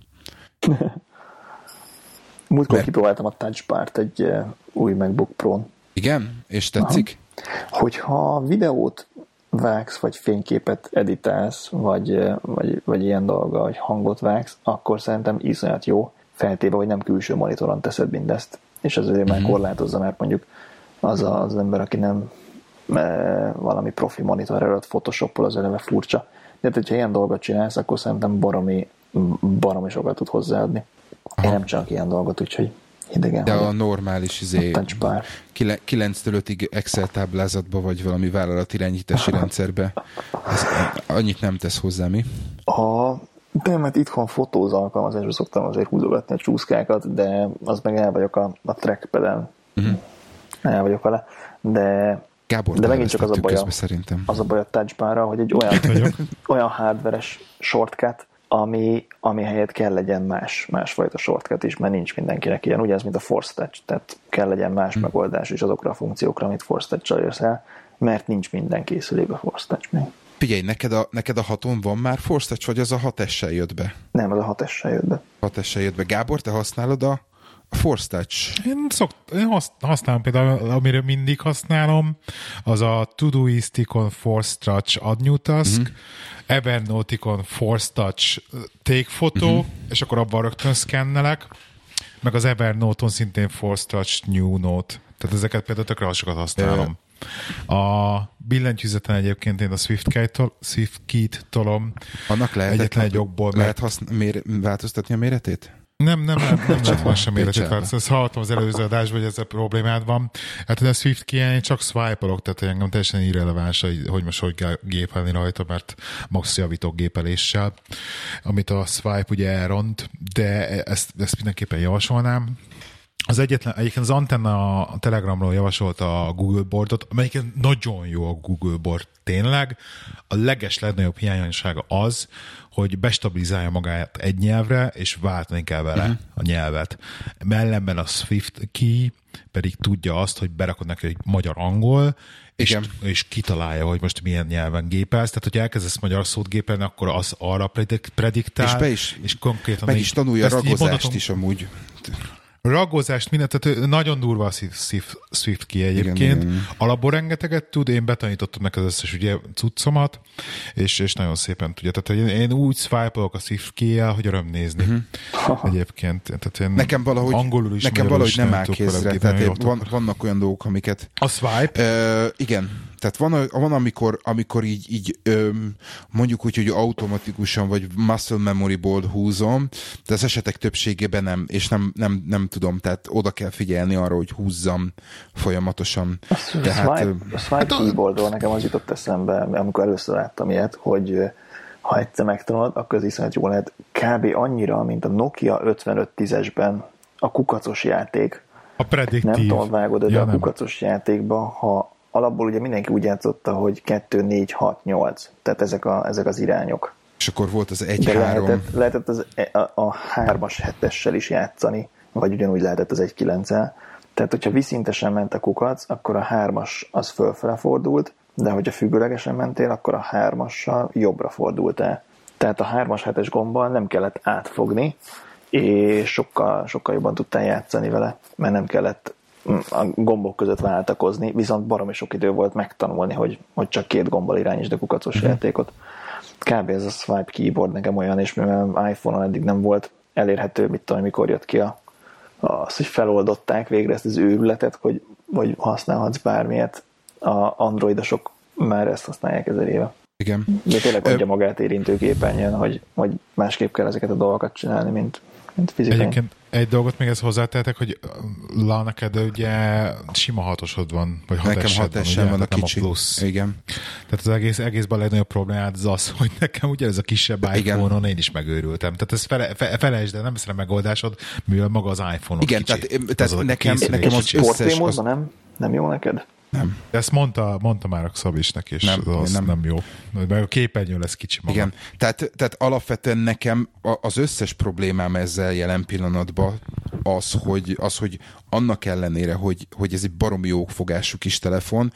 Múltkor Mert... kipróbáltam a Touch Bar-t egy uh, új MacBook Pro-n. Igen? És tetszik? Aha. Hogyha videót vágsz, vagy fényképet editálsz, vagy, vagy, vagy ilyen dolga, hogy hangot vágsz, akkor szerintem iszonyat jó, feltéve, hogy nem külső monitoron teszed mindezt. És ez azért uh-huh. már korlátozza, mert mondjuk az a, az ember, aki nem valami profi monitor előtt photoshopol, az eleve furcsa. De hogyha ilyen dolgot csinálsz, akkor szerintem baromi, baromi sokat tud hozzáadni. Aha. Én nem csak ilyen dolgot, úgyhogy idegen. De a normális izé, kilenctől ötig Excel táblázatba, vagy valami vállalatirányítási rendszerbe, ez annyit nem tesz hozzá, mi? A, de mert itthon fotóz alkalmazásra szoktam azért húzogatni a csúszkákat, de az meg el vagyok a, a trackpad-en. Uh-huh. El vagyok vele. De Gábor, de megint csak az a baj a, szerintem. az a baj a Touch Bar-ra, hogy egy olyan, olyan hardveres shortcut, ami, ami helyett kell legyen más, másfajta shortcut is, mert nincs mindenkinek ilyen. Ugye ez, mint a Force Touch, tehát kell legyen más hmm. megoldás is azokra a funkciókra, amit Force Touch-sal érsz el, mert nincs minden készülékben Force Touch még. Figyelj, neked a, neked a haton van már Force Touch, vagy az a hat essel jött be? Nem, az a hat essel jött be. hat essel jött be. Gábor, te használod a Force Touch? Én, szokt, én használom például, amire mindig használom, az a Todoisticon Force Touch Add New Task, uh-huh. Evernote-ikon Force Touch Take Photo, uh-huh. és akkor abban rögtön szkennelek, meg az Evernote-on szintén Force Touch New Note. Tehát ezeket például tökre sokat használom. A billentyűzeten egyébként én a SwiftKey-tól, SwiftKey-t tolom. Annak lehet egyetlen egy jogból lehet haszn- mér- változtatni a méretét? Nem, nem, nem, nem lehet más sem méretét változtatni. Ezt hallottam az előző adásban, hogy ez a problémád van. Hát a SwiftKey-en csak swipe-olok, tehát engem teljesen irreleváns, hogy most hogy gépelni rajta, mert max javítok gépeléssel, amit a swipe ugye elront, de ezt, ezt mindenképpen javasolnám. Az egyetlen, egyébként az Antenna a Telegramról javasolta a Google Boardot, amelyiken nagyon jó a Google Board tényleg. A leges legnagyobb hiányossága az, hogy bestabilizálja magát egy nyelvre, és váltani kell vele uh-huh. a nyelvet. Mellemben a SwiftKey pedig tudja azt, hogy berakod neki egy magyar-angol, és, és kitalálja, hogy most milyen nyelven gépelsz. Tehát, hogy elkezdesz magyar szót gépelni, akkor az arra prediktál. És, be is, és konkrétan meg is tanulja a ragozást is amúgy. Ragozást, mindent, tehát nagyon durva a SwiftKey egyébként. Igen, igen. Alapból rengeteget tud, én betanítottam neki az összes ugye cuccomat, és, és nagyon szépen tudja. Tehát én, én úgy swipe-olok a SwiftKey-jel, hogy öröm nézni uh-huh. egyébként. Tehát én nekem valahogy, angolul is, nekem valahogy nem áll kézre. Tehát van, vannak olyan dolgok, amiket... A swipe? Uh, igen. Tehát van, van amikor, amikor így, így öm, mondjuk úgy, hogy automatikusan vagy muscle memoryból húzom, de az esetek többségében nem, és nem, nem, nem tudom, tehát oda kell figyelni arra, hogy húzzam folyamatosan. A, tehát, a swipe, a swipe hát keyboardról nekem az jutott eszembe, amikor először láttam ilyet, hogy ha egyszer megtanulod, akkor az iszonyat jól lehet. Kb. Annyira, mint a Nokia ötvenöt tízesben a kukacos játék. A prediktív. Nem tudom, vágod, de ja, a kukacos nem. játékban, ha alapból ugye mindenki úgy játszotta, hogy kettő, négy, hat, nyolc. Tehát ezek, a, ezek az irányok. És akkor volt az egy három. Lehetett, lehetett az, a, a hármas hetessel is játszani, vagy ugyanúgy lehetett az egy kilenccel. Tehát, hogyha viszintesen ment a kukac, akkor a hármas az fölfele fordult, de hogyha függőlegesen mentél, akkor a hármassal jobbra fordult el. Tehát a hármas hetes gombbal nem kellett átfogni, és sokkal, sokkal jobban tudtál játszani vele, mert nem kellett a gombok között váltakozni, viszont baromi sok idő volt megtanulni, hogy, hogy csak két gombbal irányítsd a kukacos mm-hmm. játékot. Kb. Ez a swipe keyboard nekem olyan, és mivel iPhone-on eddig nem volt elérhető, mit tudom, mikor jött ki a, az, hogy feloldották végre ezt az őrületet, hogy, hogy használhatsz bármilyet. A androidosok már ezt használják ezer éve. Igen. De tényleg adja magát érintő képernyőn, hogy, hogy másképp kell ezeket a dolgokat csinálni, mint, mint fizikai. Egyébként egy dolgot még ezt hozzátehetek, hogy lá neked ugye sima hatosod van, vagy hat nekem hat essel van, a kicsi. A plusz. Igen. Tehát az egész, egészben a legnagyobb problémád az az, hogy nekem ugye ez a kisebb iPhone-on én is megőrültem. Tehát ez fele, fe, felejtsd, de nem ezt a megoldásod, mivel maga az iPhone-on igen, kicsi. Tehát, tehát az nekem, nekem az összes... Az... nem? Nem jó neked? Nem. Ezt mondta, mondta már a Szabisnek, és nem, az nem. nem jó. Meg a képernyő lesz kicsi maga. Igen, tehát, tehát alapvetően nekem az összes problémám ezzel jelen pillanatban az, hogy, az, hogy annak ellenére, hogy, hogy ez egy baromi jófogású kis telefon,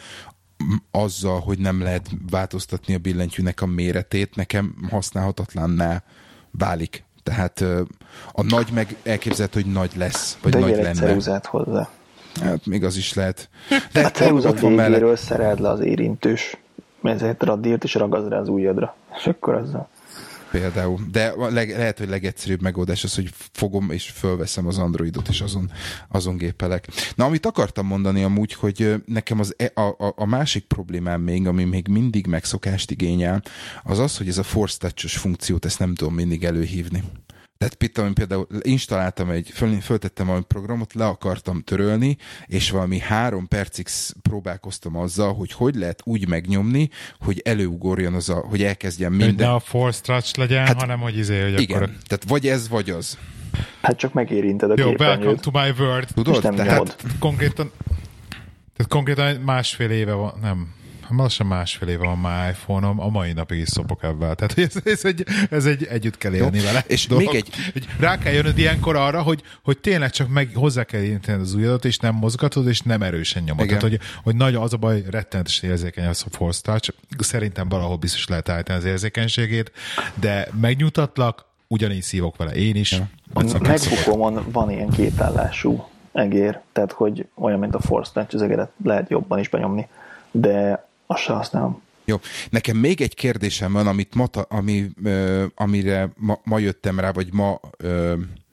azzal, hogy nem lehet változtatni a billentyűnek a méretét, nekem használhatatlanná válik. Tehát a nagy meg elképzelhető, hogy nagy lesz, vagy de nagy lenne. De ceruzát hozzá. Hát még az is lehet. De a ceruza végéről szereld le az érintős ezért radírt, és ragazd rá az ujjadra. És akkor azzal. Például. De leg, lehet, hogy legegyszerűbb megoldás az, hogy fogom és fölveszem az Androidot, és azon, azon gépelek. Na, amit akartam mondani amúgy, hogy nekem az, a, a, a másik problémám még, ami még mindig megszokást igényel, az az, hogy ez a Force Touch-os funkciót, ezt nem tudom mindig előhívni. Tehát például, például installáltam egy, föl, föltettem valami programot, le akartam törölni, és valami három percig próbálkoztam azzal, hogy hogy lehet úgy megnyomni, hogy előugorjon az a, hogy elkezdjen minden. Hogy ne a Force Touch legyen, hát, hanem hogy izé, hogy igen, akkor... tehát vagy ez, vagy az. Hát csak megérinted a jó, képernyőt. welcome to my world. Tudod? Nem tehát konkrétan, tehát konkrétan másfél éve van, nem... lassan másfél éve van már iPhone-om, a mai napig is szopok ebben. Tehát ez, ez, egy, ez egy együtt kell élni jó. vele. És dolog. még egy... Hogy rá kell jönnöd ilyenkor arra, hogy, hogy tényleg csak meg hozzá kell érteni az ujjadat, és nem mozgatod, és nem erősen nyomod. Tehát, hogy, hogy nagy az a baj, rettenetesen érzékeny az a Force Touch. Szerintem valahol biztos lehet állítani az érzékenységét, de megnyugtatlak, ugyanígy szívok vele én is. Ja. MacBookomon van ilyen kétállású egér, tehát hogy olyan, mint a Force Touch, az egeret lehet jobban is benyomni, de azt sem használom. Jó. Nekem még egy kérdésem van, amit ma, ami, ö, amire ma, ma jöttem rá, vagy ma ö,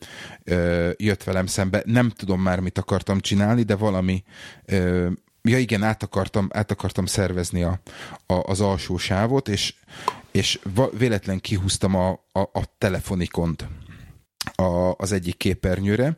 ö, jött velem szembe. Nem tudom már, mit akartam csinálni, de valami... Ö, ja igen, át akartam, át akartam szervezni a, a, az alsó sávot, és, és véletlen kihúztam a, a, a telefonikont a, az egyik képernyőre,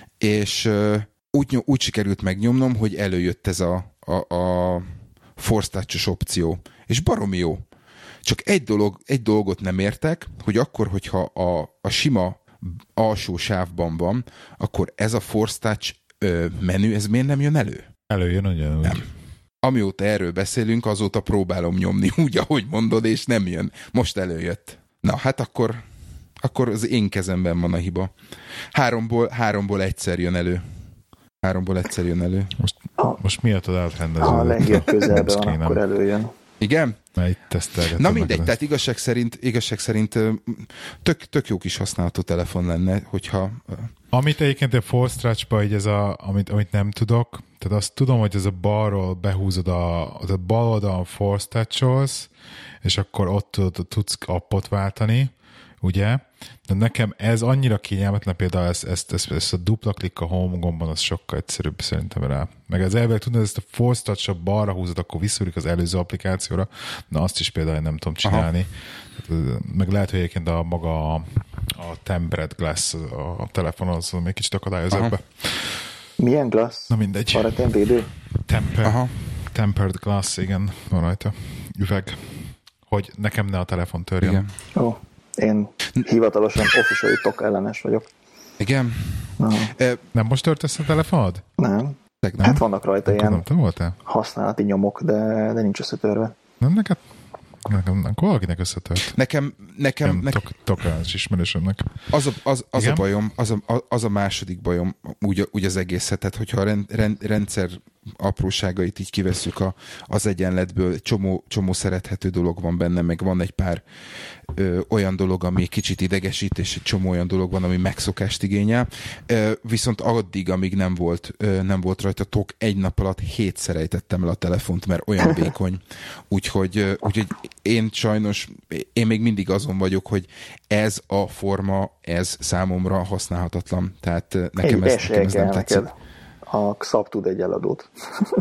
és ö, úgy, úgy sikerült megnyomnom, hogy előjött ez a, a, a Force Touch-os opció, és baromi jó. Csak egy, dolog, egy dolgot nem értek, hogy akkor, hogyha a, a sima alsó sávban van, akkor ez a Force Touch ö, menü, ez miért nem jön elő? Előjön ugyanúgy. Nem. Amióta erről beszélünk, azóta próbálom nyomni úgy, ahogy mondod, és nem jön. Most előjött. Na, hát akkor, akkor az én kezemben van a hiba. Háromból, háromból egyszer jön elő. Háromból egyszer jön elő. Most, most miatt ad átrendező? Ha a legjobb közelben van, akkor előjön. Igen? Itt Na mindegy, tehát igazság szerint, igazság szerint tök, tök jó kis használható telefon lenne, hogyha... Amit egyébként a Force Touch-ba, így ez a, amit, amit nem tudok, tehát azt tudom, hogy ez a balról behúzod a, a bal oldalon Force Touch-olsz, és akkor ott tudsz appot váltani, ugye? De nekem ez annyira kényelmetlen, például ezt, ezt, ezt, ezt a dupla klikk a home gombon, az sokkal egyszerűbb szerintem rá. Meg az elvileg tudod, ezt a Force Touch-a balra húzod, akkor visszúrik az előző applikációra, na azt is például nem tudom csinálni. Tehát, meg lehet, hogy egyébként a maga a, a tempered glass a telefonon, az még kicsit akadályoz ebbe. Milyen glass? Na mindegy. Arra témvédő? Temper, Aha. Tempered glass, igen, van rajta. Üveg. Hogy nekem ne a telefon törjön. Igen. Ó. Oh. Én hivatalosan officially tok ellenes vagyok. Igen? Uh, nem most tört ezt a telefonod? Nem. nem. Hát vannak rajta nem ilyen tudom, használati nyomok, de, de nincs összetörve. Nem neked? Nekem, akkor valakinek összetört. Nekem... nekem nem, ne... tok, tokás ismerősömnek. Az a, az, az a bajom, az a, az a második bajom úgy, úgy az egészet, tehát hogyha a rend, rend, rendszer apróságait így kivesszük a, az egyenletből, csomó, csomó szerethető dolog van benne, meg van egy pár ö, olyan dolog, ami kicsit idegesít, és egy csomó olyan dolog van, ami megszokást igényel. Ö, viszont addig, amíg nem volt, ö, nem volt rajta tok, egy nap alatt hétszer ejtettem le a telefont, mert olyan vékony. Úgyhogy, ö, úgyhogy én sajnos, én még mindig azon vagyok, hogy ez a forma, ez számomra használhatatlan. Tehát nekem ez, nekem ez nem tetszik. A Xap tud egy eladót.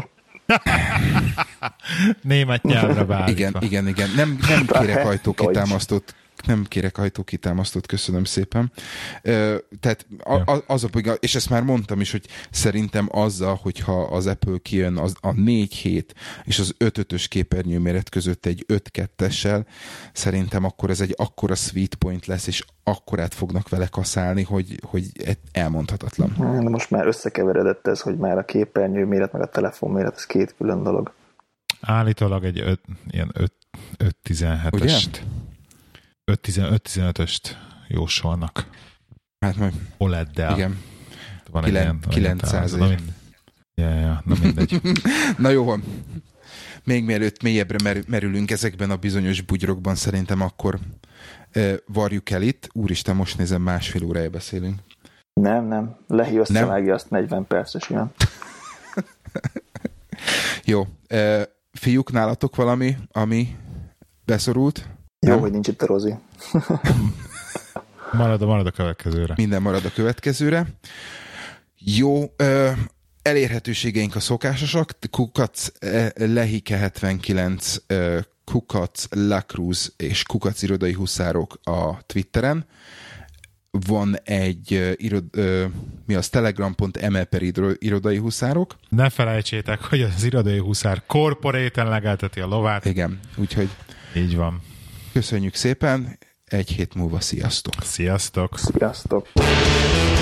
Német nyelvre váltva. Igen, igen, igen. Nem, nem kérek ajtókitámasztót. Nem kérek ajtókitámasztót, köszönöm szépen. Tehát az a, és ezt már mondtam is, hogy szerintem azzal, hogyha az Apple kijön az, a négy hét és az öt ötös képernyőméret között egy öt kettessel, szerintem akkor ez egy akkora sweet point lesz, és akkorát fognak vele kaszálni, hogy, hogy elmondhatatlan. De most már összekeveredett ez, hogy már a képernyőméret meg a telefonméret, ez két külön dolog. Állítólag egy öt, ilyen öt tizenhetest öt tizenötöst jósolnak. Hát majd... o el e d-del. Igen. Van Kilen, egy ilyen, kilencszáz. Na, mind... ja, ja, na mindegy. Na jó van. Még mielőtt mélyebbre merülünk ezekben a bizonyos bugyrokban, szerintem akkor uh, varjuk el itt. Úristen, most nézem, másfél órája beszélünk. Nem, nem. Lehi összevágja azt negyven perces ilyen. Jó. Uh, fiúk, nálatok valami, ami beszorult? Jó, nem? Hogy nincs itt a Rozi. marad, marad a következőre. Minden marad a következőre. Jó, ö, elérhetőségeink a szokásosak. Kukac Lehike hetvenkilenc, ö, Kukac Lacruz és Kukac Irodai Huszárok a Twitteren. Van egy uh, irod, uh, mi az, telegram pont em e per Irodai Huszárok. Ne felejtsétek, hogy az Irodai Huszár korporéten legelteti a lovát. Igen, úgyhogy így van. Köszönjük szépen, egy hét múlva sziasztok! Sziasztok! Sziasztok!